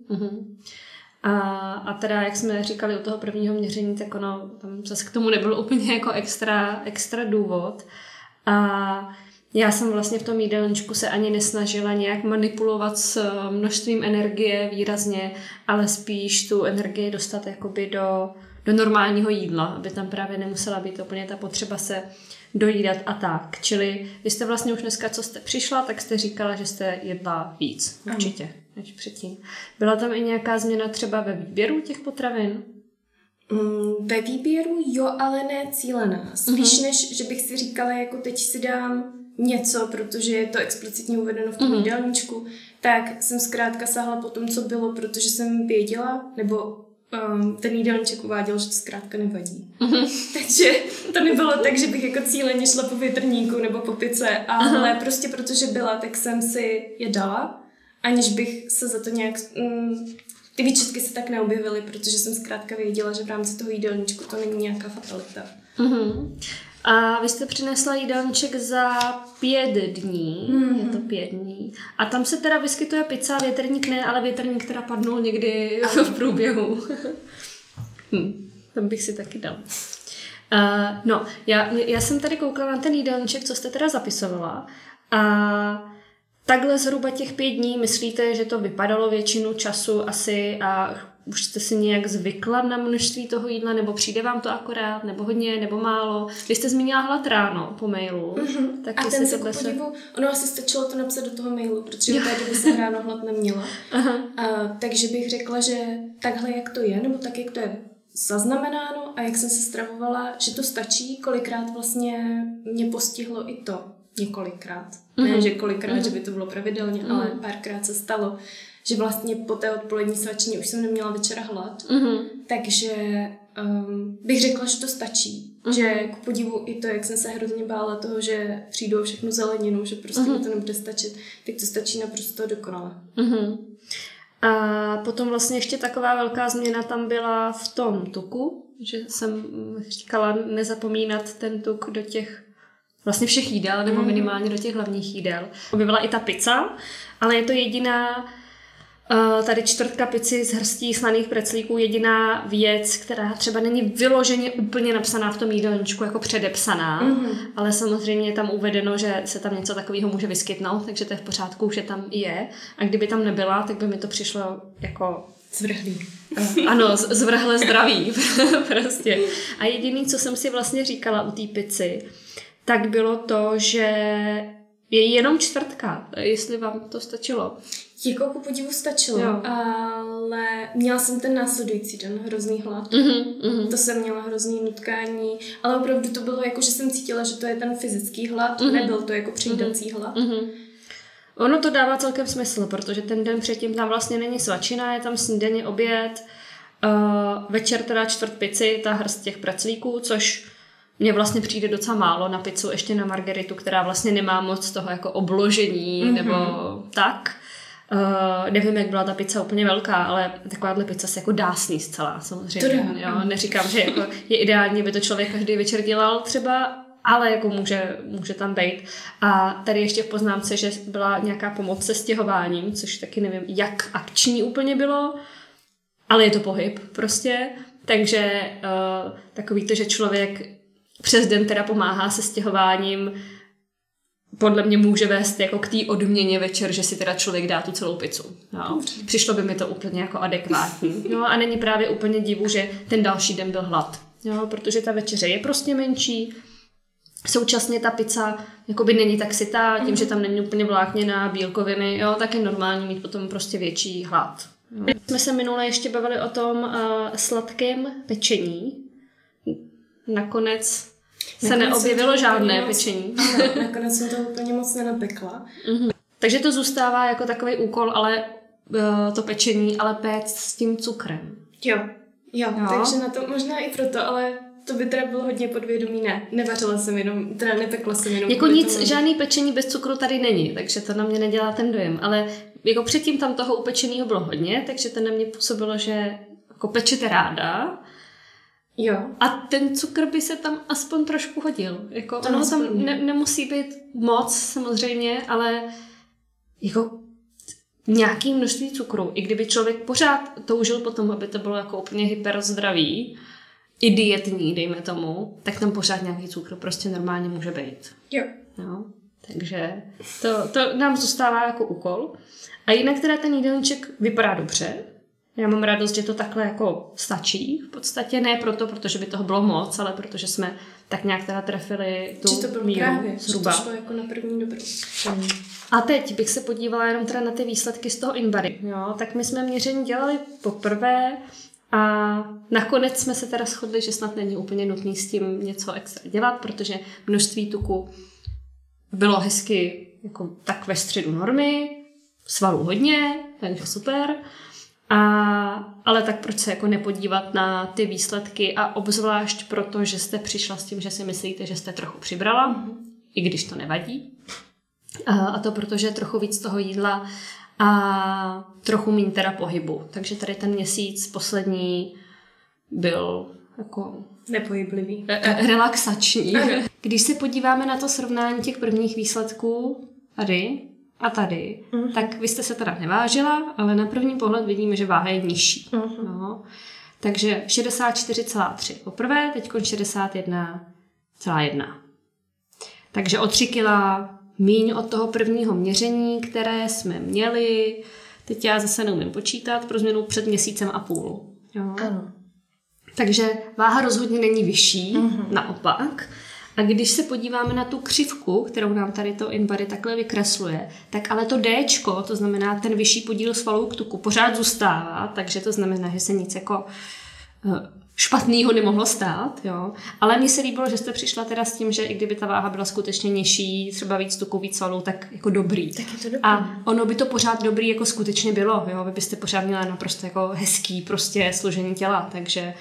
A teda, jak jsme říkali u toho prvního měření, tak ono, tam zase k tomu nebyl úplně jako extra důvod. A já jsem vlastně v tom jídelníčku se ani nesnažila nějak manipulovat s množstvím energie výrazně, ale spíš tu energii dostat jakoby do normálního jídla, aby tam právě nemusela být úplně ta potřeba se dojídat a tak. Čili vy jste vlastně už dneska, co jste přišla, tak jste říkala, že jste jedla víc. Určitě, než předtím. Byla tam i nějaká změna třeba ve výběru těch potravin? Ve výběru jo, ale ne cílená. Spíš než, že bych si říkala, říkala, jako teď si dám něco, protože je to explicitně uvedeno v tom jídelníčku, tak jsem zkrátka sáhla po tom, co bylo, protože jsem věděla, nebo ten jídelníček uváděl, že to zkrátka nevadí. Takže to nebylo tak, že bych jako cíleně šla po větrníku nebo po pice, ale prostě protože byla, tak jsem si je dala, aniž bych se za to nějak... ty výčitky se tak neobjevily, protože jsem zkrátka věděla, že v rámci toho jídelníčku to není nějaká fatalita. A vy jste přinesla jídelníček za 5 dní, je to 5 dní. A tam se teda vyskytuje pizza, větrník ne, ale větrník teda padnul někdy v průběhu. Tam bych si taky dal. No, já jsem tady koukala na ten jídelníček, co jste teda zapisovala. A takhle zhruba těch 5 dní myslíte, že to vypadalo většinu času asi a už jste si nějak zvykla na množství toho jídla, nebo přijde vám to akorát, nebo hodně, nebo málo? Vy jste zmínila hlad ráno po mailu. Tak a ten se ku podivu, ono asi stačilo to napsat do toho mailu, protože v té době jsem ráno hlad neměla. Takže bych řekla, že takhle, jak to je, nebo tak, jak to je zaznamenáno a jak jsem se stravovala, že to stačí, kolikrát vlastně mě postihlo i to. Několikrát. Ne, že kolikrát, že by to bylo pravidelně, ale párkrát se stalo, že vlastně po té odpolední svačině už jsem neměla večera hlad. Takže bych řekla, že to stačí. Že k podivu i to, jak jsem se hrozně bála toho, že přijdu o všechnu zeleninu, že prostě mi to nebude stačit, tak to stačí naprosto dokonale. A potom vlastně ještě taková velká změna tam byla v tom tuku, že jsem říkala nezapomínat ten tuk do těch vlastně všech jídel, nebo minimálně do těch hlavních jídel. Objevila i ta pizza, ale je to jediná tady čtvrtka pici z hrstí slaných preclíků, jediná věc, která třeba není vyloženě úplně napsaná v tom jídelníčku, jako předepsaná, ale samozřejmě je tam uvedeno, že se tam něco takového může vyskytnout, takže to je v pořádku, že tam je. A kdyby tam nebyla, tak by mi to přišlo jako zvrhlý. Ano, zvrhle zdraví. Prostě. A jediný, co jsem si vlastně říkala u té pici, tak bylo to, že je jenom čtvrtka, jestli vám to stačilo. Jako ku podivu stačilo, ale měla jsem ten následující den hrozný hlad. To jsem měla hrozný nutkání, ale opravdu to bylo jako, že jsem cítila, že to je ten fyzický hlad, nebyl to jako přejídací hlad. Ono to dává celkem smysl, protože ten den předtím tam vlastně není svačina, je tam snídaně, oběd, večer teda čtvrt pici, ta hrst těch praclíků, což mně vlastně přijde docela málo na pizzu, ještě na margaritu, která vlastně nemá moc toho jako obložení nebo tak. Nevím, jak byla ta pizza úplně velká, ale takováhle pizza se jako dá sníst celá, samozřejmě. Jo? Neříkám, že jako je ideální, by to člověk každý večer dělal třeba, ale jako může tam být. A tady ještě v poznámce, že byla nějaká pomoc se stěhováním, což taky nevím, jak akční úplně bylo, ale je to pohyb prostě. Takže takový to, že člověk přes den teda pomáhá se stěhováním, podle mě může vést jako k té odměně večer, že si teda člověk dá tu celou pizzu. Jo? Přišlo by mi to úplně jako adekvátní. No a není právě úplně divu, že ten další den byl hlad. Jo? Protože ta večeře je prostě menší. Současně ta pizza jakoby není tak sytá, tím, že tam není úplně vlákněná, bílkoviny, jo? Tak je normální mít potom prostě větší hlad. Jo? Jsme se minule ještě bavili o tom sladkém pečení. Nakonec se neobjevilo žádné pečení. Ano, nakonec jsem to úplně moc nenapekla. Takže to zůstává jako takový úkol, ale to pečení, ale péct s tím cukrem. Jo, takže na to možná i proto, ale to by teda bylo hodně podvědomí, nevařila jsem jenom, teda nepekla jsem jenom. Jako nic, žádný pečení bez cukru tady není, takže to na mě nedělá ten dojem, ale jako předtím tam toho upečeného bylo hodně, takže to na mě působilo, že jako pečete ráda. Jo. A ten cukr by se tam aspoň trošku hodil. Jako ono tam nemusí být moc samozřejmě, ale jako nějaký množství cukru. I kdyby člověk pořád toužil potom, aby to bylo jako úplně hyperzdravý, i dietní, dejme tomu, tak tam pořád nějaký cukr prostě normálně může být. Jo. Takže to nám zůstává jako úkol. A jinak teda ten jídelníček vypadá dobře. Já mám radost, že to takhle jako stačí. V podstatě ne protože by toho bylo moc, ale protože jsme tak nějak teda trefili tu míru zhruba. Že to šlo jako na první dobrou. A teď bych se podívala jenom teda na ty výsledky z toho InBody. Jo? Tak my jsme měření dělali poprvé A nakonec jsme se teda shodli, že snad není úplně nutný s tím něco extra dělat, protože množství tuku bylo hezky jako tak ve středu normy, svalů hodně, takže super. Ale tak proč se jako nepodívat na ty výsledky a obzvlášť proto, že jste přišla s tím, že si myslíte, že jste trochu přibrala, i když to nevadí. A to protože trochu víc toho jídla a trochu míň teda pohybu. Takže tady ten měsíc poslední byl jako nepohyblivý. Relaxační. Když se podíváme na to srovnání těch prvních výsledků tady a tady, tak vy jste se teda nevážila, ale na první pohled vidíme, že váha je nižší. No. Takže 64,3 poprvé, teď 61,1. Takže o 3 kila míň od toho prvního měření, které jsme měli. Teď já zase neumím počítat, pro změnu před měsícem a půl. Jo. Ano. Takže váha rozhodně není vyšší, naopak. A když se podíváme na tu křivku, kterou nám tady to InBody takhle vykresluje, tak ale to Dčko, to znamená ten vyšší podíl svalů k tuku, pořád zůstává, takže to znamená, že se nic jako špatného nemohlo stát, jo. Ale mně se líbilo, že jste přišla teda s tím, že i kdyby ta váha byla skutečně nižší, třeba víc tuku, víc svalů, tak jako dobrý. Tak je to dobrý. A ono by to pořád dobrý jako skutečně bylo, jo. Vy byste pořád měla naprosto jako hezký prostě složení těla, takže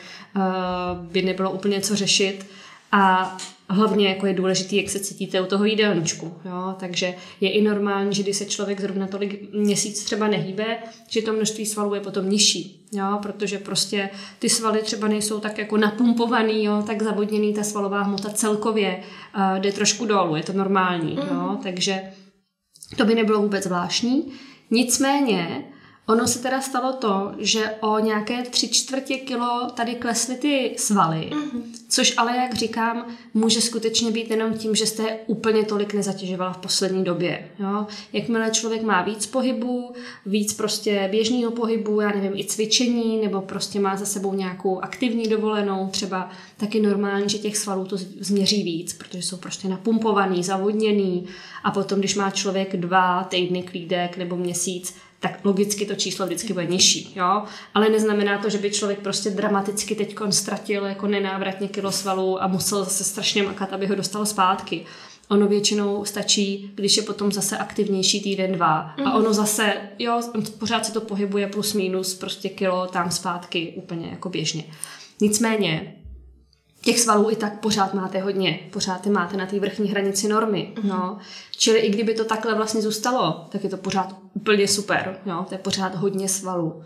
by nebylo úplně co řešit. A hlavně jako je důležitý, jak se cítíte u toho jídelníčku. Jo? Takže je i normální, že když se člověk zrovna tolik měsíc třeba nehýbe, že to množství svalů je potom nižší. Jo? Protože prostě ty svaly třeba nejsou tak jako napumpovaný, jo? Tak zavodněný, ta svalová hmota celkově jde trošku dolů, je to normální. Jo? Takže to by nebylo vůbec zvláštní. Nicméně ono se teda stalo to, že o nějaké 3/4 kilo tady klesly ty svaly, což ale, jak říkám, může skutečně být jenom tím, že jste úplně tolik nezatěžovala v poslední době. Jo? Jakmile člověk má víc pohybu, víc prostě běžného pohybu, já nevím, i cvičení, nebo prostě má za sebou nějakou aktivní dovolenou, třeba taky normální, že těch svalů to změří víc, protože jsou prostě napumpovaný, zavodněný a potom, když má člověk 2 týdny klídek nebo měsíc, tak logicky to číslo vždycky bude nižší, jo? Ale neznamená to, že by člověk prostě dramaticky teďkon ztratil jako nenávratně kilo svalů a musel zase strašně makat, aby ho dostal zpátky. Ono většinou stačí, když je potom zase aktivnější týden, 2 a ono zase, jo, pořád se to pohybuje plus minus prostě kilo tam zpátky úplně jako běžně. Nicméně těch svalů i tak pořád máte hodně. Pořád je máte na té vrchní hranici normy. No. Čili i kdyby to takhle vlastně zůstalo, tak je to pořád úplně super. Jo. To je pořád hodně svalů.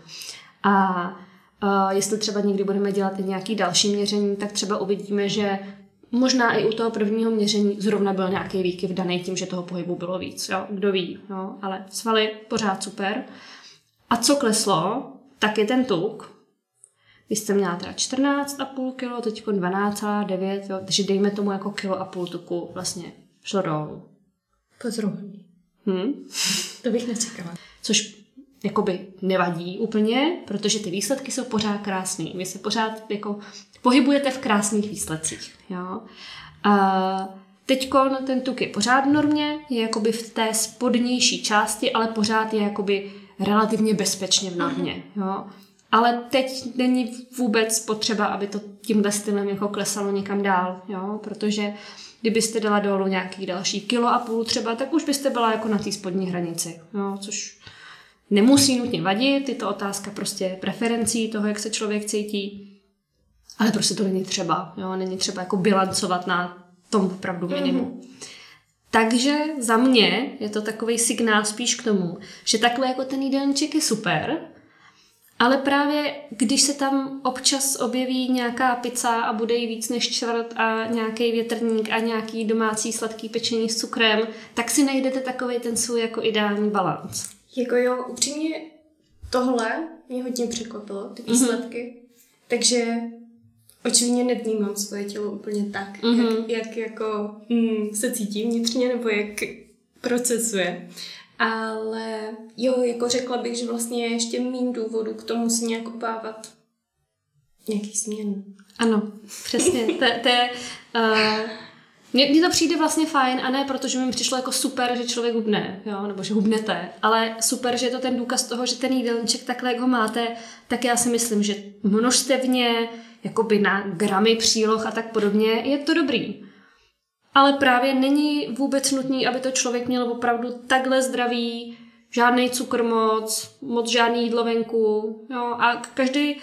A jestli třeba někdy budeme dělat i nějaký další měření, tak třeba uvidíme, že možná i u toho prvního měření zrovna byl nějaký výkyv daný tím, že toho pohybu bylo víc. Jo. Kdo ví. Jo. Ale svaly pořád super. A co kleslo, tak je ten tuk. Vy jste měla teda 14,5 kg, teď 12,9 kg, takže dejme tomu jako 1,5 kg tuku vlastně šlo dolů. Pozoruhodný. To bych nečekala. Což jakoby nevadí úplně, protože ty výsledky jsou pořád krásný. Vy se pořád jako pohybujete v krásných výsledcích. Jo? Teďkon ten tuk je pořád v normě, je jakoby v té spodnější části, ale pořád je jakoby relativně bezpečně v normě. Jo? Ale teď není vůbec potřeba, aby to tímhle stylem jako klesalo někam dál, jo? Protože kdybyste dala dolů nějaký další 1,5 kg třeba, tak už byste byla jako na té spodní hranici, jo? Což nemusí nutně vadit, je to otázka prostě preferencí toho, jak se člověk cítí, ale prostě to není třeba, jo? Není třeba jako bilancovat na tom opravdu minimu. Takže za mě je to takový signál spíš k tomu, že takhle jako ten jídelníček je super, ale právě když se tam občas objeví nějaká pizza a bude jí víc než čtvrt a nějaký větrník a nějaký domácí sladký pečení s cukrem, tak si najdete takovej ten svůj jako ideální balanc. Jako jo, upřímně tohle mě hodně překvapilo, ty výsledky. Takže očividně nevnímám svoje tělo úplně tak, jak jako se cítí vnitřně nebo jak procesuje. Ale jo, jako řekla bych, že vlastně je ještě méně důvodů k tomu si nějak obávat nějaký změn. Ano, přesně. Mně to přijde vlastně fajn a ne protože mi přišlo jako super, že člověk hubne, jo, nebo že hubnete, ale super, že je to ten důkaz toho, že ten jídelníček takhle, jak ho máte, tak já si myslím, že množstevně, jakoby na gramy příloh a tak podobně, je to dobrý. Ale právě není vůbec nutný, aby to člověk měl opravdu takhle zdravý, žádný cukr moc žádný jídlo venku, jo, a každý,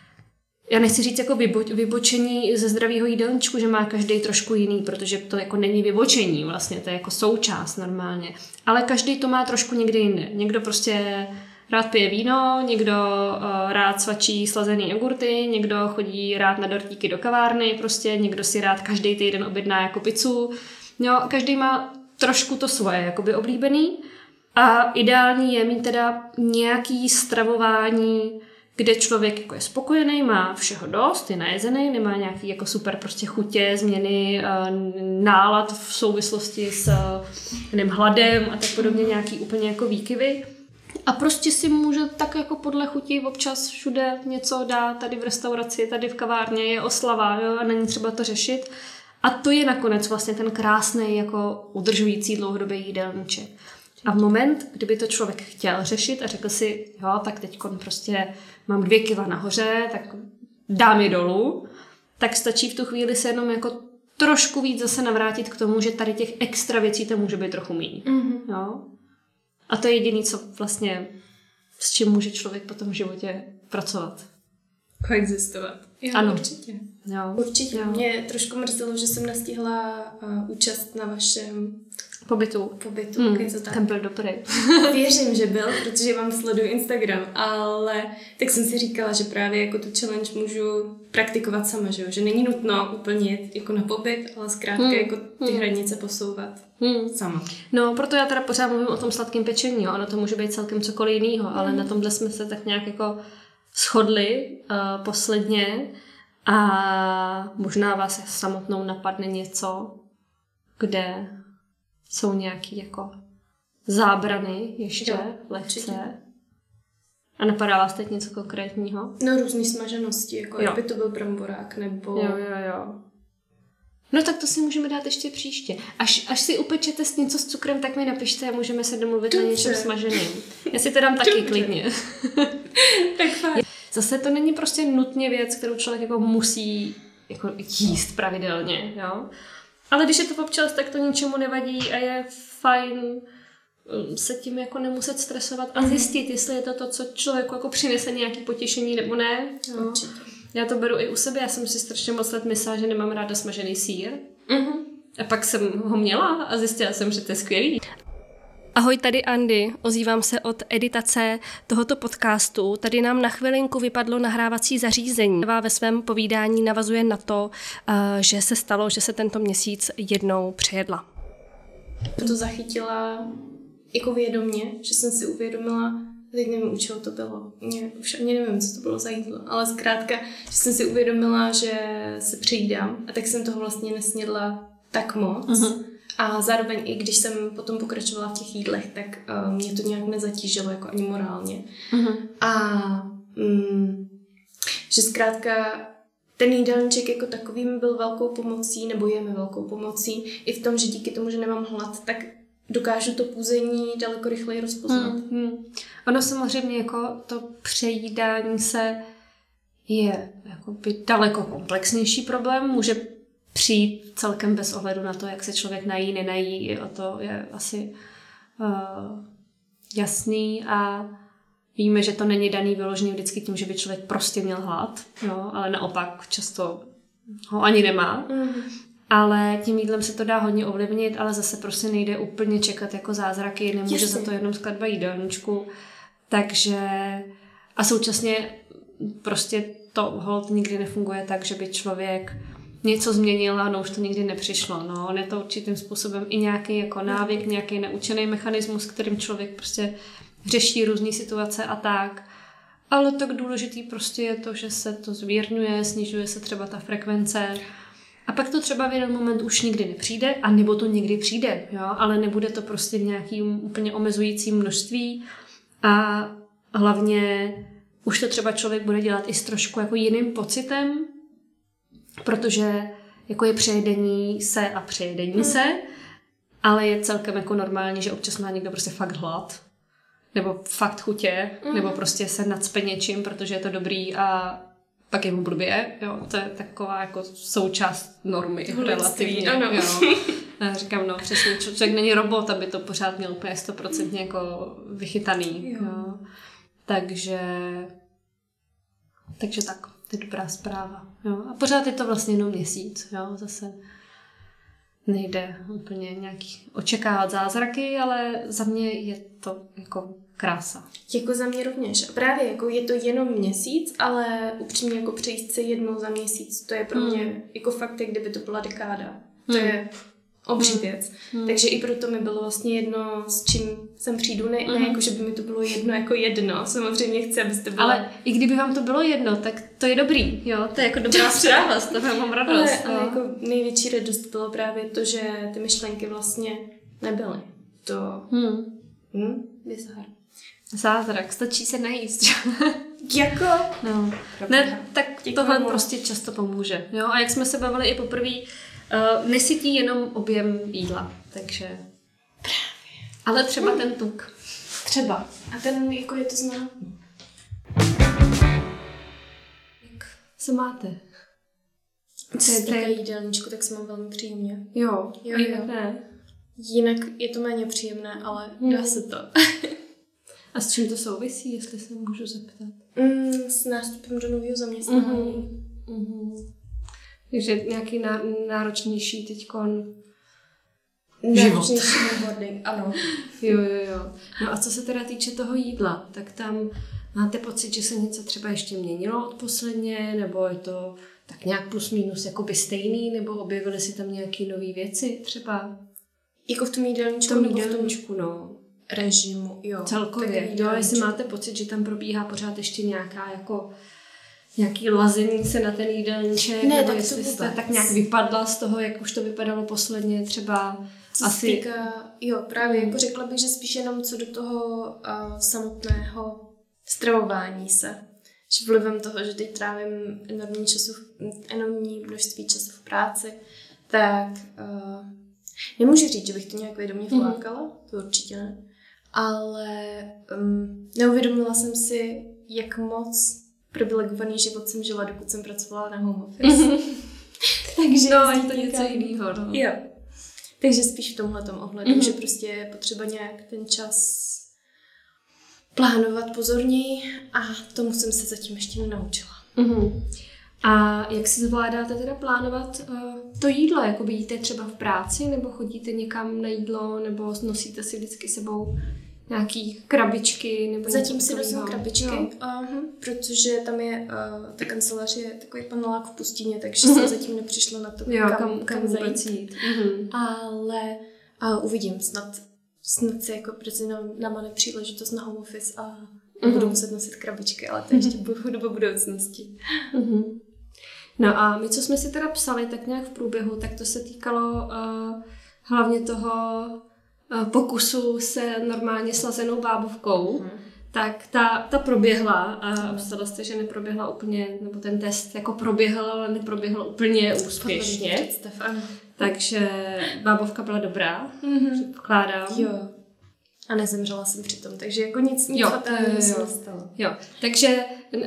já nechci říct jako vybočení ze zdravého jídelníčku, že má každý trošku jiný, protože to jako není vybočení vlastně, to je jako součást normálně. Ale každý to má trošku někde jinde. Někdo prostě rád pije víno, někdo rád svačí slazený jogurty, někdo chodí rád na dortíky do kavárny, prostě někdo si rád každý týden objedná jako pizzu. Jo, každý má trošku to svoje jakoby oblíbený a ideální je mít teda nějaký stravování, kde člověk jako je spokojený, má všeho dost, je najezený, nemá nějaký jako super prostě chutě, změny, nálad v souvislosti s hladem a tak podobně, nějaký úplně jako výkyvy. A prostě si může tak jako podle chuti občas všude něco dát, tady v restauraci, tady v kavárně, je oslava, jo, a není třeba to řešit. A to je nakonec vlastně ten krásný jako udržující dlouhodobý jídelníček. A v moment, kdyby to člověk chtěl řešit a řekl si, jo, tak teďko prostě mám 2 kila nahoře, tak dám je dolů, tak stačí v tu chvíli se jenom jako trošku víc zase navrátit k tomu, že tady těch extra věcí to může být trochu méně. Mm-hmm. Jo? A to je jediný, co vlastně, s čím může člověk potom v životě pracovat. Koexistovat. Jo, ano. Určitě. Jo. Určitě. Jo. Mě trošku mrzelo, že jsem nestihla účast na vašem pobytu. Temple do Prey. Věřím, že byl, protože vám sleduju Instagram, ale tak jsem si říkala, že právě jako tu challenge můžu praktikovat sama, že není nutno úplně jít jako na pobyt, ale zkrátka jako ty hranice posouvat sama. No, proto já teda pořád mluvím o tom sladkém pečení, jo. Ono to může být celkem cokoliv jinýho, ale na tomhle jsme se tak nějak jako shodli posledně a možná vás samotnou napadne něco, kde jsou nějaký jako zábrany ještě lehce. A napadá vás teď něco konkrétního? No, různý smaženosti, jako kdyby to byl bramborák, nebo... Jo. No tak to si můžeme dát ještě příště. Až si upečete s něco s cukrem, tak mi napište a můžeme se domluvit na něčem smaženým. Já si to dám taky klidně. Tak fajn. Zase to není prostě nutně věc, kterou člověk jako musí jako jíst pravidelně, jo? Ale když je to občas, tak to ničemu nevadí a je fajn se tím jako nemuset stresovat a zjistit, jestli je to, co člověku jako přinese nějaké potěšení nebo ne. Jo. Já to beru i u sebe, já jsem si strašně moc let myslela, že nemám ráda smažený sýr. A pak jsem ho měla a zjistila jsem, že to je skvělý. Ahoj, tady Andy, ozývám se od editace tohoto podcastu. Tady nám na chvilinku vypadlo nahrávací zařízení. Ve svém povídání navazuje na to, že se stalo, že se tento měsíc jednou přejedla. To zachytila jako vědomě, že jsem si uvědomila, teď nevím, u čeho to bylo. Už ani nevím, co to bylo za jídlo, ale zkrátka, že jsem si uvědomila, že se přejídám a tak jsem toho vlastně nesnědla tak moc. A zároveň i když jsem potom pokračovala v těch jídlech, tak mě to nějak nezatížilo jako ani morálně. A že zkrátka ten jídelníček jako takový mi byl velkou pomocí, nebo je mi velkou pomocí, i v tom, že díky tomu, že nemám hlad, tak dokážu to půzení daleko rychleji rozpoznat. Ono samozřejmě jako to přejídání se je jakoby daleko komplexnější problém, může přijít celkem bez ohledu na to, jak se člověk nají, nenají, a to je asi jasný a víme, že to není daný vyložený vždycky tím, že by člověk prostě měl hlad, jo, ale naopak často ho ani nemá. Ale tím jídlem se to dá hodně ovlivnit, ale zase prostě nejde úplně čekat jako zázraky, nemůže za to jenom skladba jídelníčku. Takže a současně prostě to holt nikdy nefunguje tak, že by člověk něco změnil a no už to nikdy nepřišlo. No, on je to určitým způsobem i nějaký jako návyk, nějaký naučený mechanismus, kterým člověk prostě řeší různé situace a tak. Ale tak důležitý prostě je to, že se to zmírňuje, snižuje se třeba ta frekvence a pak to třeba v jeden moment už nikdy nepřijde, a nebo to někdy přijde, jo? Ale nebude to prostě v nějakým úplně omezujícím množství a hlavně už to třeba člověk bude dělat i s trošku jako jiným pocitem, protože jako je přejedení se a přejedení se, ale je celkem jako normální, že občas má někdo prostě fakt hlad, nebo fakt chutě, nebo prostě se nacpe něčím, protože je to dobrý a pak je mu blbě, jo, to je taková jako součást normy relativně, ano. Jo. A říkám, no přesně, člověk není robot, aby to pořád měl úplně 100% jako vychytaný, jo. Takže tak, to je dobrá zpráva, jo. A pořád je to vlastně jenom měsíc, jo, zase nejde úplně nějaký očekávat zázraky, ale za mě je to jako krása. Jako za mě rovněž. Právě jako je to jenom měsíc, ale upřímně jako přejít se jednou za měsíc, to je pro mě jako fakt, jak kdyby to byla dekáda. To je obří věc. Takže i proto mi bylo vlastně jedno, s čím sem přijdu, ne jako, že by mi to bylo jedno jako jedno. Samozřejmě chci, abyste byla... Ale i kdyby vám to bylo jedno, tak to je dobrý, jo? To je jako dobrá zpráva, z toho mám radost. Ale jako největší radost bylo právě to, že ty myšlenky vlastně nebyly. To... Bizar. Zázrak, stačí se najíst. Jako? No. Ne, tak tohle prostě často pomůže. Jo? A jak jsme se bavili i poprvé, nesytí jenom objem jídla, takže... Právě. Ale třeba ten tuk. Třeba. A ten, jako je to zná. Jak se máte? Co je také jídelníčku, tak se mám velmi příjemně. Jo. Ne. Jinak je to méně příjemné, ale dá se to. A s čím to souvisí, jestli se můžu zeptat? S nástupem do nového zaměstnání. Takže nějaký náročnější teďkon náročnější onboarding, ano. Jo. No a co se teda týče toho jídla, tak tam máte pocit, že se něco třeba ještě měnilo od posledně, nebo je to tak nějak plus minus jakoby stejný, nebo objevily si tam nějaké nové věci třeba? Jako v tom jídelníčku? V tom jídelníčku, no. Režimu, jo. Celkově, jo, jestli máte pocit, že tam probíhá pořád ještě nějaká jako nějaký lazení se na ten jídelníček, ne, nebo tak jestli jste tak nějak vypadla z toho, jak už to vypadalo posledně, třeba co asi... Týká, jo, právě, jako řekla bych, že spíš jenom co do toho samotného stravování se. Že vlivem toho, že teď trávím enormní množství času v práci, tak nemůžu říct, že bych to nějak vědomě flákala, to určitě ne, ale neuvědomila jsem si, jak moc privilegovaný život jsem žila, dokud jsem pracovala na home office. Takže no, je to něco jiného. No. Jo. Takže spíš v tomhletom ohledu, že prostě je potřeba nějak ten čas plánovat pozorněji a tomu jsem se zatím ještě nenaučila. A jak si zvládáte teda plánovat to jídlo? Jakoby jíte třeba v práci, nebo chodíte někam na jídlo, nebo nosíte si vždycky sebou nějaký krabičky? Nebo zatím si nosím krabičky, protože tam je, ta kancelář je takový panelák v pustině, takže jsem zatím nepřišla na to, kam zajít. Ale uvidím, snad se jako brzy namane příležitost na home office a budu muset nosit krabičky, ale to ještě do budoucnosti. No a my, co jsme si teda psali tak nějak v průběhu, tak to se týkalo hlavně toho pokusu se normálně slazenou bábovkou. Tak ta proběhla a psala jste, že neproběhla úplně, nebo ten test jako proběhl, ale neproběhl úplně úspěšně. Takže bábovka byla dobrá, předpokládám. Jo. A nezemřela jsem přitom, takže jako nic fatálního se nestalo. Jo, takže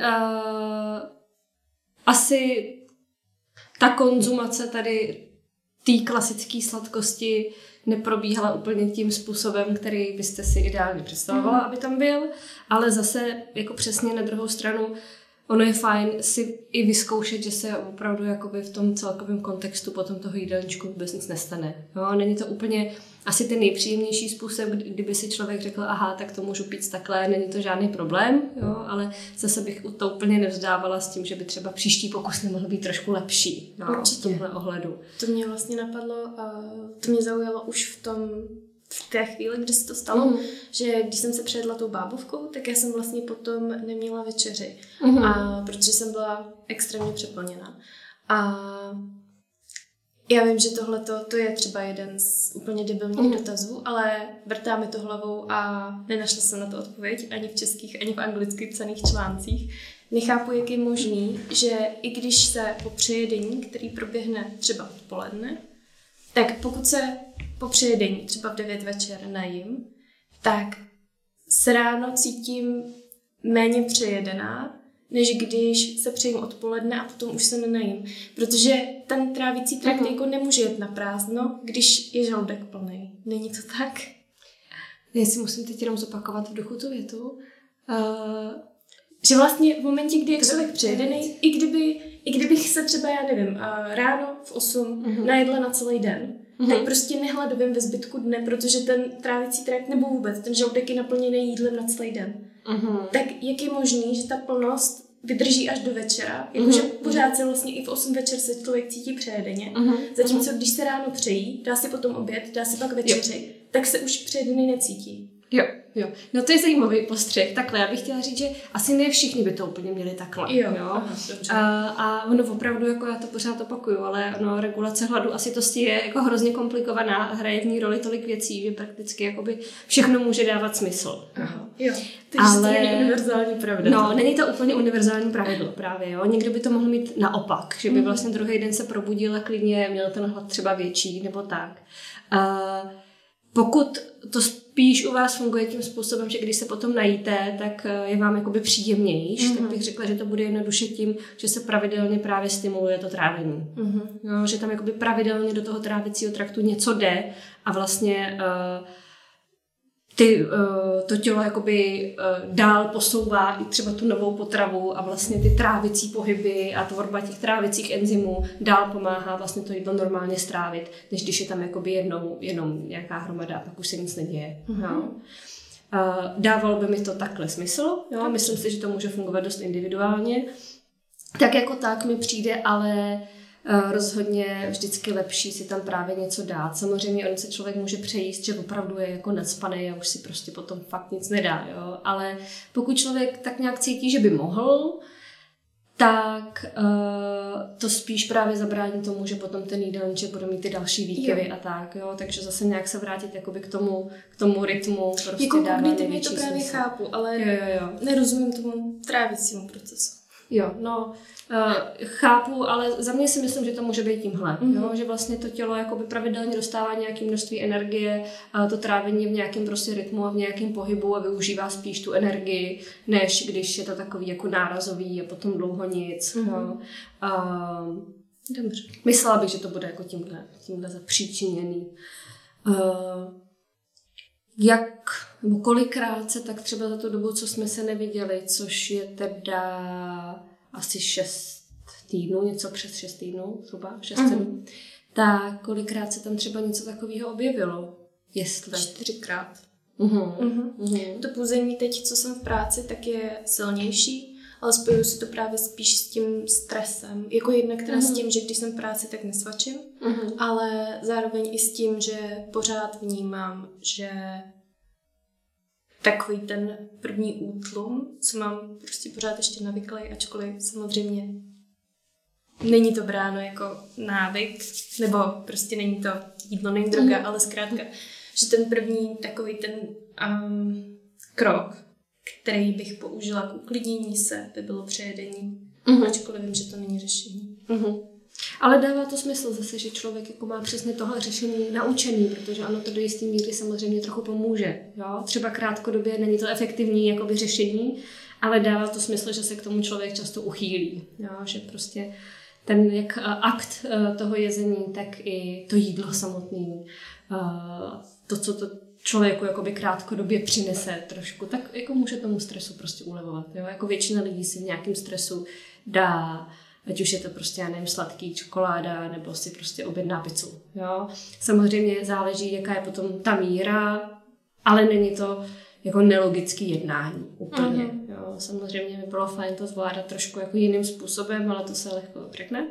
asi ta konzumace tady té klasické sladkosti neprobíhala úplně tím způsobem, který byste si ideálně představovala, aby tam byl, ale zase jako přesně na druhou stranu ono je fajn si i vyzkoušet, že se opravdu jakoby v tom celkovém kontextu potom toho jídelníčku vůbec nic nestane. Jo? Není to úplně asi ten nejpříjemnější způsob, kdyby si člověk řekl, aha, tak to můžu pít takhle, není to žádný problém, jo? Ale zase bych to úplně nevzdávala s tím, že by třeba příští pokus nemohl být trošku lepší. No, v tomhle ohledu. To mě vlastně napadlo a to mě zaujalo už v té chvíli, kdy se to stalo, že když jsem se přejedla tou bábovkou, tak já jsem vlastně potom neměla večeři. A protože jsem byla extrémně přeplněná. A já vím, že to je třeba jeden z úplně debilních dotazů, ale vrtá mi to hlavou a nenašla jsem na to odpověď ani v českých, ani v anglicky psaných článcích, nechápu, jak je možný, že i když se po přejedení, který proběhne třeba odpoledne, tak pokud se po přejedení třeba v 9 večer najím, tak se ráno cítím méně přejedená, než když se přejím odpoledne a potom už se nenajím. Protože ten trávicí trakt jako nemůže jet na prázdno, když je žaludek plný. Není to tak? Já si musím teď jenom zopakovat v duchu tu větu. Že vlastně v momentě, kdy je člověk přejedený, i kdybych se třeba, já nevím, ráno v 8 najedla na celý den, tak prostě nehladovím ve zbytku dne, protože ten trávicí trakt nebo vůbec, ten žaludek je naplněný jídlem na celý den. Tak jak je možný, že ta plnost vydrží až do večera, jakože pořád se vlastně i v 8 večer se člověk cítí přejedeně, zatímco když se ráno přejí, dá si potom oběd, dá si pak večeři, tak se už přejedený necítí. Jo. No to je zajímavý postřeh. Takhle, já bych chtěla říct, že asi ne všichni by to úplně měli takhle. Jo. A ono opravdu, jako já to pořád opakuju, ale no, regulace hladu a sytosti je jako hrozně komplikovaná, hraje v ní roli tolik věcí, že prakticky jakoby všechno může dávat smysl. Jo. Takže to není univerzální pravda. No, není to úplně univerzální pravidlo právě, jo. Někdo by to mohl mít naopak, že by vlastně druhý den se probudil a klidně měl ten hlad třeba větší nebo tak. Pokud to spíš u vás funguje tím způsobem, že když se potom najíte, tak je vám jakoby příjemnější, tak bych řekla, že to bude jednoduše tím, že se pravidelně právě stimuluje to trávení. Jo, že tam jakoby pravidelně do toho trávicího traktu něco jde a vlastně to tělo jakoby dál posouvá i třeba tu novou potravu a vlastně ty trávicí pohyby a tvorba těch trávicích enzymů dál pomáhá vlastně to jídlo normálně strávit, než když je tam jakoby jenom nějaká hromada a pak už se nic neděje. No. Dávalo by mi to takhle smysl, jo? Myslím si, že to může fungovat dost individuálně. Tak jako tak mi přijde, ale rozhodně vždycky lepší si tam právě něco dát. Samozřejmě on se člověk může přejíst, že opravdu je jako nacpaný a už si prostě potom fakt nic nedá, jo. Ale pokud člověk tak nějak cítí, že by mohl, tak to spíš právě zabrání tomu, že potom ten jídelníček bude mít ty další výkyvy a tak, jo. Takže zase nějak se vrátit jakoby k tomu rytmu, prostě jako dává největší kognitivně to právě smysl. chápu, ale nerozumím tomu trávicímu procesu. Jo, no, chápu, ale za mě si myslím, že to může být tímhle, jo? Že vlastně to tělo jakoby pravidelně dostává nějaké množství energie, to trávení v nějakém prostě rytmu a v nějakém pohybu a využívá spíš tu energii, než když je to takový jako nárazový a potom dlouho nic. Jo? Dobře. Myslela bych, že to bude jako tímhle zapříčiněný. Kolikrát se tak třeba za tu dobu, co jsme se neviděli, což je teda asi 6 týdnů, něco přes 6 týdnů, zhruba 6 týdnů, tak kolikrát se tam třeba něco takového objevilo? Jestli? 4krát. To puzení teď, co jsem v práci, tak je silnější, ale spojuju si to právě spíš s tím stresem. Jako jednak teda s tím, že když jsem v práci, tak nesvačím, ale zároveň i s tím, že pořád vnímám, že takový ten první útlum, co mám prostě pořád ještě navyklý, ačkoliv samozřejmě není to bráno jako návyk, nebo prostě není to jídlo, není droga, ale zkrátka, že ten první takový ten krok, který bych použila k uklidnění se, by bylo přejedení, ačkoliv vím, že to není řešení. Ale dává to smysl zase, že člověk jako má přesně tohle řešení naučený, protože ono to do jistý míry samozřejmě trochu pomůže. Jo? Třeba krátkodobě není to efektivní jakoby řešení, ale dává to smysl, že se k tomu člověk často uchýlí. Jo? Že prostě ten jak akt toho jezení, tak i to jídlo samotné, to, co to člověku jakoby krátkodobě přinese trošku, tak jako může tomu stresu prostě ulevovat. Jo? Jako většina lidí si v nějakém stresu dá, ať už je to prostě, já nevím, sladký, čokoláda, nebo si prostě objedná pizzu. Jo? Samozřejmě záleží, jaká je potom ta míra, ale není to jako nelogický jednání úplně. Jo? Samozřejmě by bylo fajn to zvládat trošku jako jiným způsobem, ale to se lehko řekne.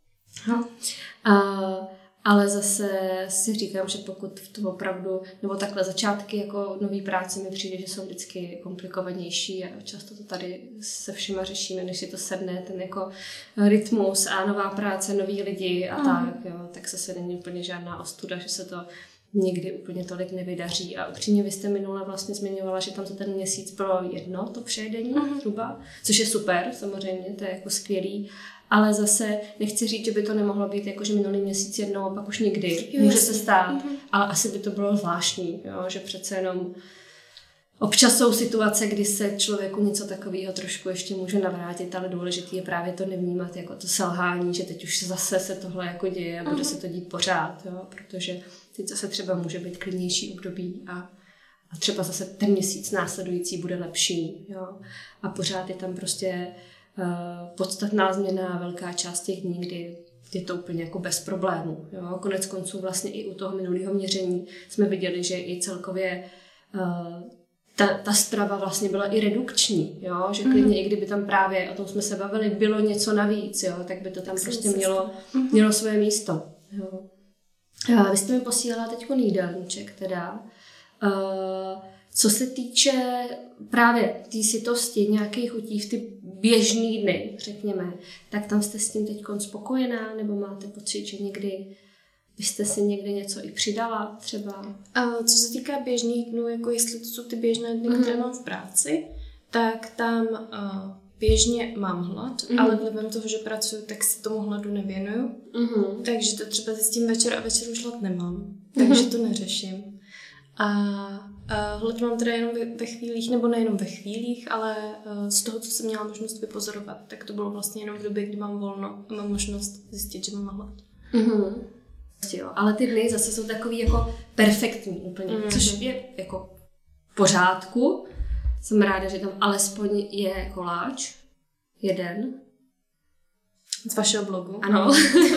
Ale zase si říkám, že pokud to opravdu, nebo takhle začátky jako nový práce mi přijde, že jsou vždycky komplikovanější a často to tady se všema řešíme, než si to sedne, ten jako rytmus a nová práce, noví lidi a tak, jo, tak zase není úplně žádná ostuda, že se to někdy úplně tolik nevydaří. A upřímně vy jste minule vlastně zmiňovala, že tam za ten měsíc bylo jedno to přejedení zhruba, což je super, samozřejmě, to je jako skvělý. Ale zase nechci říct, že by to nemohlo být jako, že minulý měsíc jednou a pak už nikdy. Může se stát, ale asi by to bylo zvláštní, jo? Že přece jenom občas jsou situace, kdy se člověku něco takového trošku ještě může navrátit, ale důležité je právě to nevnímat jako to selhání, že teď už zase se tohle jako děje a bude se to dít pořád, jo? Protože teď zase třeba může být klidnější období a třeba zase ten měsíc následující bude lepší. Jo? A pořád je tam prostě podstatná změna, velká část těch dní, kdy je to úplně jako bez problémů. Jo? Konec konců vlastně i u toho minulého měření jsme viděli, že i celkově ta strava vlastně byla i redukční, jo? Že klidně i kdyby tam právě, o tom jsme se bavili, bylo něco navíc, jo? Tak by to tam prostě mělo svoje místo. Jo? Vy jste mi posílala teď jídelníček teda. Co se týče právě té sytosti, nějakých chutí v ty běžný dny, řekněme, tak tam jste s tím teď spokojená, nebo máte pocit, že někdy byste si někde něco i přidala třeba? Co se týká běžných dnů, jako jestli to jsou ty běžné dny, které mám v práci, tak tam běžně mám hlad, ale vlivem toho, že pracuji, tak se tomu hladu nevěnuju. Takže to třeba zjistím večer a večer už hlad nemám. Takže to neřeším. A hlad mám teda jenom ve chvílích, nebo nejenom ve chvílích, ale z toho, co jsem měla možnost vypozorovat, tak to bylo vlastně jenom v době, kdy mám volno a mám možnost zjistit, že mám hlad. Jo, ale ty dny zase jsou takový jako perfektní úplně, což je jako v pořádku. Jsem ráda, že tam alespoň je koláč. Jeden. Z vašeho blogu. Ano.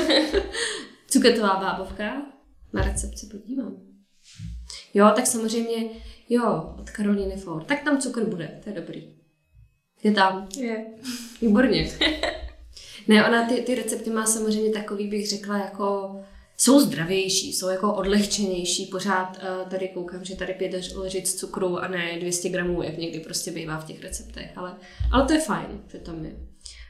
Cuketová bábovka. Na recept se podívám. Jo, tak samozřejmě, jo, od Karolíny Ford. Tak tam cukr bude, to je dobrý. Je tam. Je. Výborně. Ne, ona ty recepty má samozřejmě takový, bych řekla, jako jsou zdravější, jsou jako odlehčenější. Pořád tady koukám, že tady 5 lžic cukru a ne 200 gramů, jak někdy prostě bývá v těch receptech. Ale to je fajn, že tam je.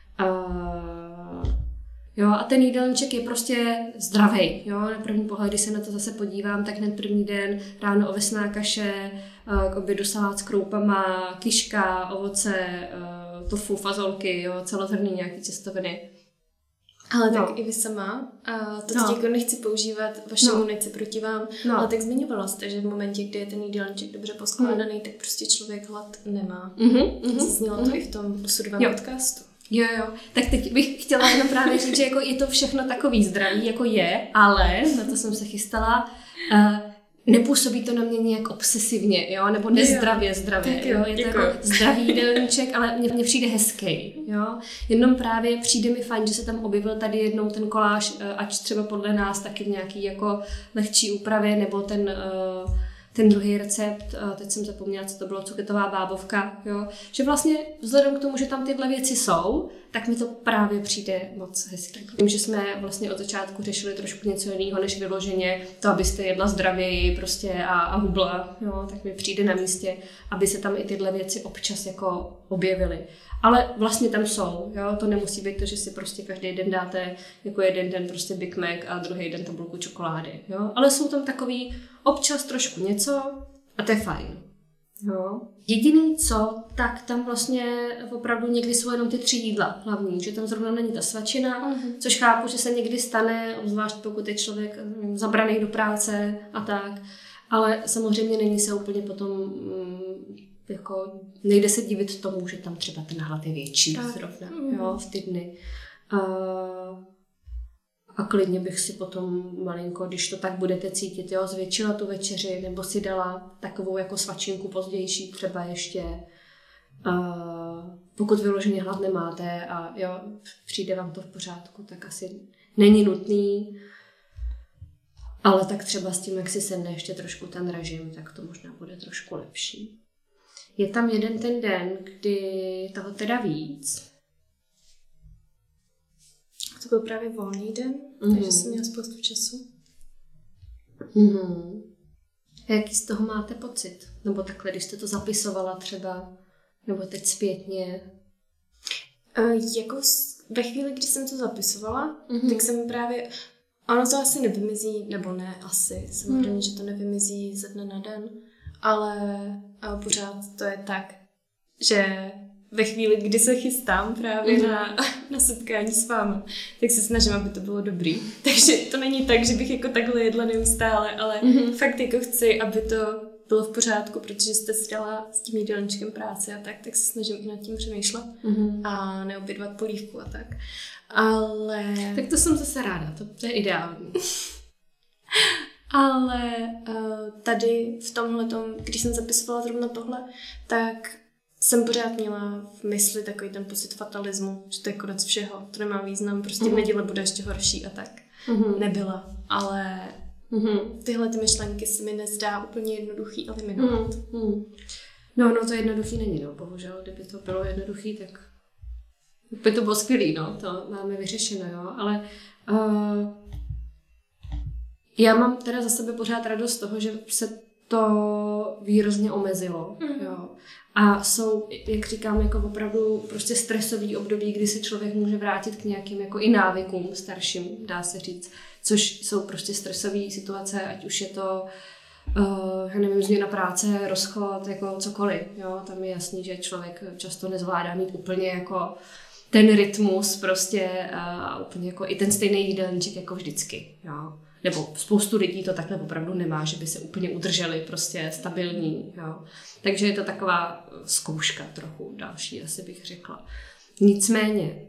Jo, a ten jídelníček je prostě zdravý. Jo? Na první pohled, když se na to zase podívám, tak hned první den ráno ovesná kaše, k obědu salát s kroupama, kiška, ovoce, tofu, fazolky, jo? Celozrnný nějaký těstoviny. Ale tak i vy sama, a to teď jako nechci používat vaše munice proti vám, ale tak zmiňovala jste, že v momentě, kdy je ten jídelníček dobře poskládaný, tak prostě člověk hlad nemá. Zaznělo to i v tom osudovém podcastu. Jo, tak teď bych chtěla jenom právě říct, že jako je to všechno takový zdravý, jako je, ale, na to jsem se chystala, nepůsobí to na mě nějak obsesivně, jo, nebo nezdravě, jo, je to jako zdravý jídelníček, ale mně přijde hezký, jo. Jenom právě přijde mi fajn, že se tam objevil tady jednou ten koláž, ať třeba podle nás taky v nějaký jako lehčí úpravě, nebo ten druhý recept, teď jsem zapomněla, co to bylo, cuketová bábovka, jo, že vlastně vzhledem k tomu, že tam tyhle věci jsou, tak mi to právě přijde moc hezky. Tím, že jsme vlastně od začátku řešili trošku něco jiného, než vyloženě to, abyste jedla zdravěji prostě a hubla, jo, tak mi přijde na místě, aby se tam i tyhle věci občas jako objevily. Ale vlastně tam jsou, jo, to nemusí být to, že si prostě každý den dáte jako jeden den prostě Big Mac a druhý den tabulku čokolády, jo. Ale jsou tam takový občas trošku něco a to je fajn, jo. Jediný co, tak tam vlastně opravdu někdy jsou jenom ty 3 jídla hlavní, že tam zrovna není ta svačina, což chápu, že se někdy stane, obzvlášť pokud je člověk zabraný do práce a tak, ale samozřejmě není se úplně potom jako nejde se divit tomu, že tam třeba ten hlad je větší zrovna, jo, v ty dny. A klidně bych si potom malinko, když to tak budete cítit, jo, zvětšila tu večeři, nebo si dala takovou jako svačinku pozdější třeba ještě. Pokud vyloženě hlad nemáte a jo, přijde vám to v pořádku, tak asi není nutný. Ale tak třeba s tím, jak si sedne ještě trošku ten režim, tak to možná bude trošku lepší. Je tam jeden ten den, kdy toho teda víc. To byl právě volný den, takže jsem měla spoustu času. A jaký z toho máte pocit? Nebo takhle, když jste to zapisovala třeba, nebo teď zpětně? Jako ve chvíli, kdy jsem to zapisovala, tak jsem právě Ono to asi nevymizí, nebo ne asi, samozřejmě, že to nevymizí ze dne na den, ale pořád to je tak, že ve chvíli, kdy se chystám právě na setkání s váma, tak se snažím, aby to bylo dobrý. Takže to není tak, že bych jako takhle jedla neustále, ale fakt jako chci, aby to bylo v pořádku, protože jste si dala s tím jídelníčkem práci a tak se snažím i nad tím přemýšlet a neobědvat polívku a tak. Ale... Tak to jsem zase ráda, to je ideální. Ale tady v tomhletom, když jsem zapisovala zrovna tohle, tak jsem pořád měla v mysli takový ten pocit fatalismu, že to je konec všeho, to nemá význam, prostě v neděli bude ještě horší a tak. Nebyla, ale tyhle ty myšlenky se mi nezdá úplně jednoduchý eliminovat. No, to jednoduchý není, no, bohužel, kdyby to bylo jednoduchý, tak by to bylo skvělý, no, to máme vyřešeno, jo, ale já mám teda za sebe pořád radost z toho, že se to výrazně omezilo, jo. A jsou, jak říkám, jako opravdu prostě stresový období, kdy se člověk může vrátit k nějakým jako i návykům starším, dá se říct, což jsou prostě stresové situace, ať už je to, já nevím, změna práce, rozchod, jako cokoliv, jo. Tam je jasný, že člověk často nezvládá mít úplně jako ten rytmus prostě a úplně jako i ten stejný jídelníček jako vždycky, jo. Nebo spoustu lidí to takhle opravdu nemá, že by se úplně udrželi prostě stabilní, jo. Takže je to taková zkouška trochu další, asi bych řekla. Nicméně,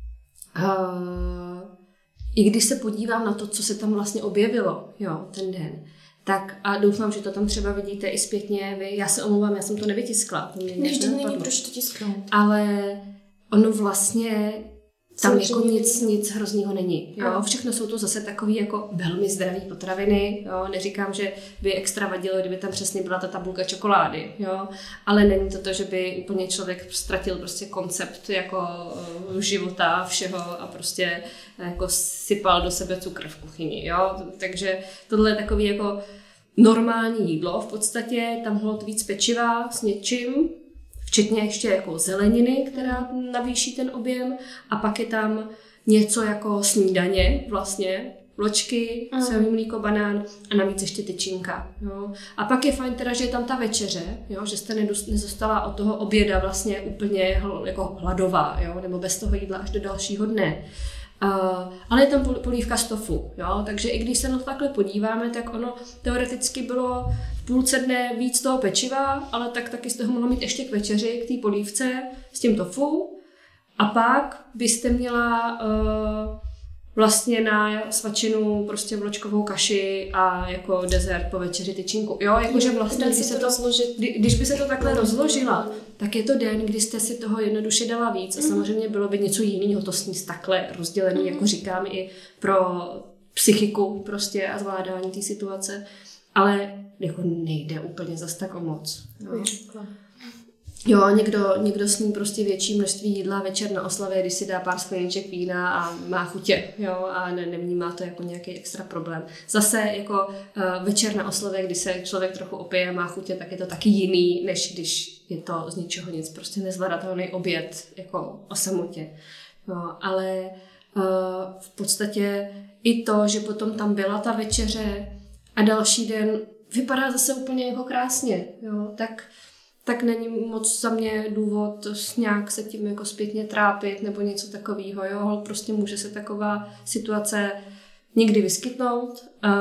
i když se podívám na to, co se tam vlastně objevilo, jo, ten den, tak a doufám, že to tam třeba vidíte i zpětně vy. Já se omlouvám, já jsem to nevytiskla. Vždyť není proč to tisknout. Ale ono vlastně tam jako nic hroznýho není. Jo? Všechno jsou to zase takový jako velmi zdravý potraviny. Jo? Neříkám, že by extra vadilo, kdyby tam přesně byla ta tabulka čokolády. Jo? Ale není to, že by úplně člověk ztratil prostě koncept jako života, všeho a prostě jako sypal do sebe cukr v kuchyni. Jo? Takže tohle je takový jako normální jídlo v podstatě. Tam hod víc pečiva s něčím, včetně ještě jako zeleniny, která navýší ten objem, a pak je tam něco jako snídaně vlastně, vločky, sojový mlíko, banán a navíc ještě tyčinka. Jo. A pak je fajn teda, že je tam ta večeře, jo, že jste nezostala od toho oběda vlastně úplně jako hladová, jo, nebo bez toho jídla až do dalšího dne. Ale je tam polívka z tofu, jo? Takže i když se na to takhle podíváme, tak ono teoreticky bylo v půlce dne víc toho pečiva, ale tak taky jste ho mohla mít ještě k večeři, k té polívce s tím tofu, a pak byste měla vlastně na svačinu prostě vločkovou kaši a jako dezert po večeři tyčinku. Jo, jakože vlastně, když by se to takhle rozložila, tak je to den, kdy jste si toho jednoduše dala víc a samozřejmě bylo by něco jiného to sníst takhle rozdělený, jako říkám, i pro psychiku prostě a zvládání té situace, ale jako nejde úplně zas tak o moc. Jo, někdo sní prostě větší množství jídla večer na oslavě, když si dá pár skleniček vína a má chutě, jo, a nevnímá to jako nějaký extra problém. Zase jako večer na oslavě, kdy se člověk trochu opije a má chutě, tak je to taky jiný, než když je to z ničeho nic, prostě nezvladatelný oběd jako o samotě. No, ale v podstatě i to, že potom tam byla ta večeře a další den vypadá zase úplně jako krásně, jo, tak není moc za mě důvod nějak se tím jako zpětně trápit nebo něco takového, jo, prostě může se taková situace někdy vyskytnout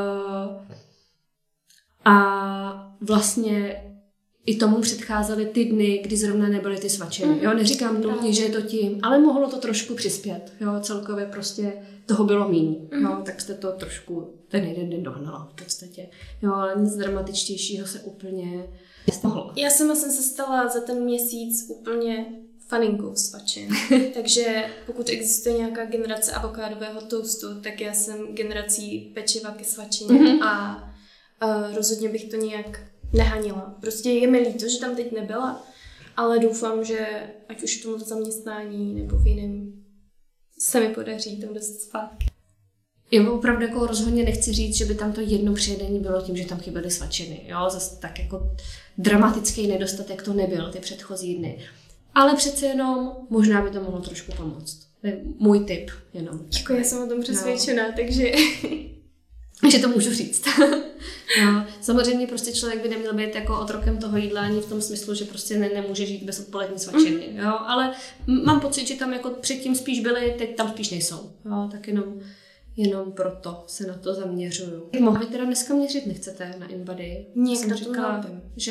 a vlastně i tomu předcházely ty dny, kdy zrovna nebyly ty svačiny, jo, neříkám nutně, že je to tím, ale mohlo to trošku přispět, jo, celkově prostě toho bylo míň, jo, tak jste to trošku ten jeden den dohnala v podstatě, jo, ale nic dramatičtějšího se úplně nestalo. Já sama jsem se stala za ten měsíc úplně faninkou svačin, takže pokud existuje nějaká generace avokádového toastu, tak já jsem generací pečiva ke svačině a rozhodně bych to nějak nehanila. Prostě je mi líto, že tam teď nebyla, ale doufám, že ať už v tomto zaměstnání nebo v jiném se mi podaří tam dostat zpátky. Já opravdu jako rozhodně nechci říct, že by tam to jedno přejedení bylo tím, že tam chyběly svačiny. Jo? Zase tak jako dramatický nedostatek to nebyl ty předchozí dny. ale přece jenom možná by to mohlo trošku pomoct. To je můj tip jenom. Jako já jsem o tom přesvědčená, takže... že to můžu říct. No, samozřejmě prostě člověk by neměl být jako otrokem toho jídla ani v tom smyslu, že prostě nemůže žít bez odpolední svačiny, jo, ale mám pocit, že tam jako předtím spíš byly, teď tam spíš nejsou, jo, tak jenom proto se na to zaměřuju. Mohli teda dneska měřit, nechcete na InBody? Někdo říkala,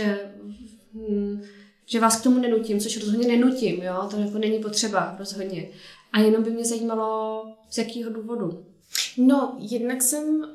že vás k tomu nenutím, což rozhodně nenutím, jo, to jako není potřeba, rozhodně. A jenom by mě zajímalo, z jakého důvodu. No, jednak jsem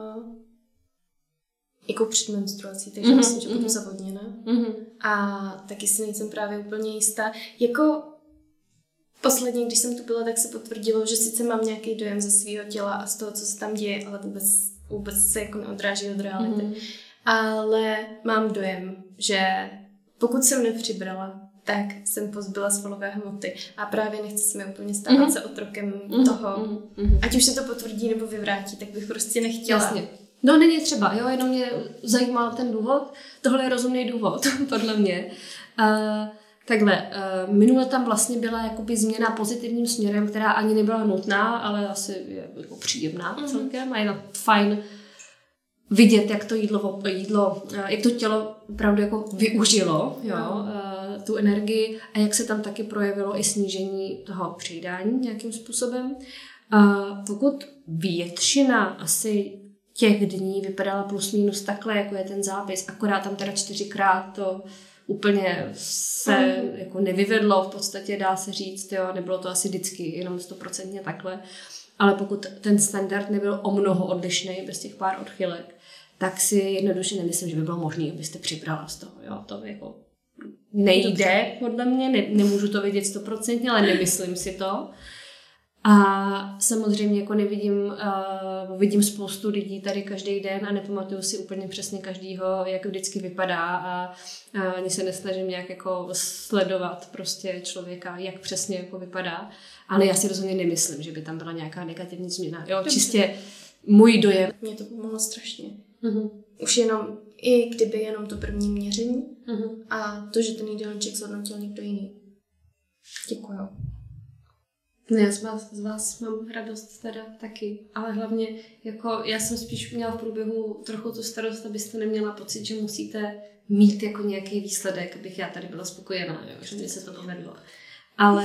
jako před menstruací, takže myslím, že budu zavodněna. A taky si nejsem právě úplně jistá. Jako posledně, když jsem tu byla, tak se potvrdilo, že sice mám nějaký dojem ze svého těla a z toho, co se tam děje, ale vůbec se jako neodráží od reality. Ale mám dojem, že pokud jsem nepřibrala, tak jsem pozbyla svalové hmoty a právě nechci se mi úplně stávat se otrokem toho. Ať už se to potvrdí nebo vyvrátí, tak bych prostě nechtěla. Jasně. No není třeba, jo, jenom mě zajímal ten důvod. Tohle je rozumný důvod, podle mě. Takhle, minule tam vlastně byla jakoby změna pozitivním směrem, která ani nebyla nutná, ale asi je jako příjemná celkem a je fajn vidět, jak to jídlo, jak to tělo opravdu jako využilo, jo, tu energii a jak se tam taky projevilo i snížení toho přejídání nějakým způsobem. Pokud většina asi těch dní vypadala plus minus takhle, jako je ten zápis, akorát tam teda 4krát to úplně se jako nevyvedlo, v podstatě dá se říct, jo, nebylo to asi vždycky jenom 100% takhle, ale pokud ten standard nebyl o mnoho odlišný, bez těch pár odchylek, tak si jednoduše nemyslím, že by bylo možné, abyste přibrala z toho, jo, to jako nejde, podle mě, nemůžu to vědět 100%, ale nemyslím si to. A samozřejmě jako vidím spoustu lidí tady každý den a nepamatuju si úplně přesně každýho, jak vždycky vypadá a ani se nesnažím nějak jako sledovat prostě člověka, jak přesně jako vypadá, ale já si rozhodně nemyslím, že by tam byla nějaká negativní změna. Jo, čistě můj dojem. Mě to pomohlo strašně. Už jenom, i kdyby jenom to první měření a to, že ten jídelníček zhodnotil někdo jiný. Děkuju. No já z vás mám radost teda taky, ale hlavně jako já jsem spíš měla v průběhu trochu tu starost, abyste neměla pocit, že musíte mít jako nějaký výsledek, abych já tady byla spokojená, jo, že mi se to povedlo. Ale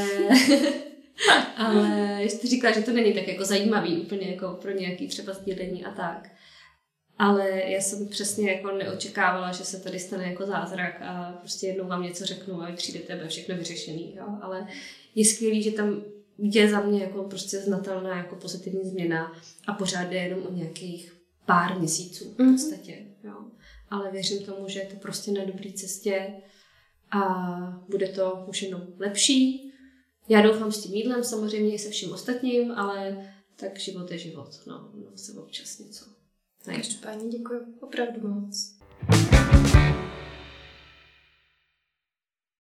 jste říkala, že to není tak jako zajímavý úplně jako pro nějaký třeba sdílení a tak. Ale já jsem přesně jako neočekávala, že se tady stane jako zázrak a prostě jednou vám něco řeknu a vy přijdete a bude všechno vyřešený, jo. Ale je skvělý, že tam je za mě jako prostě znatelná jako pozitivní změna a pořád jde jenom o nějakých pár měsíců v podstatě, jo. Ale věřím tomu, že je to prostě na dobré cestě a bude to už jenom lepší. Já doufám s tím jídlem, samozřejmě i se vším ostatním, ale tak život je život, no se občas něco. Každopádně děkuji opravdu moc.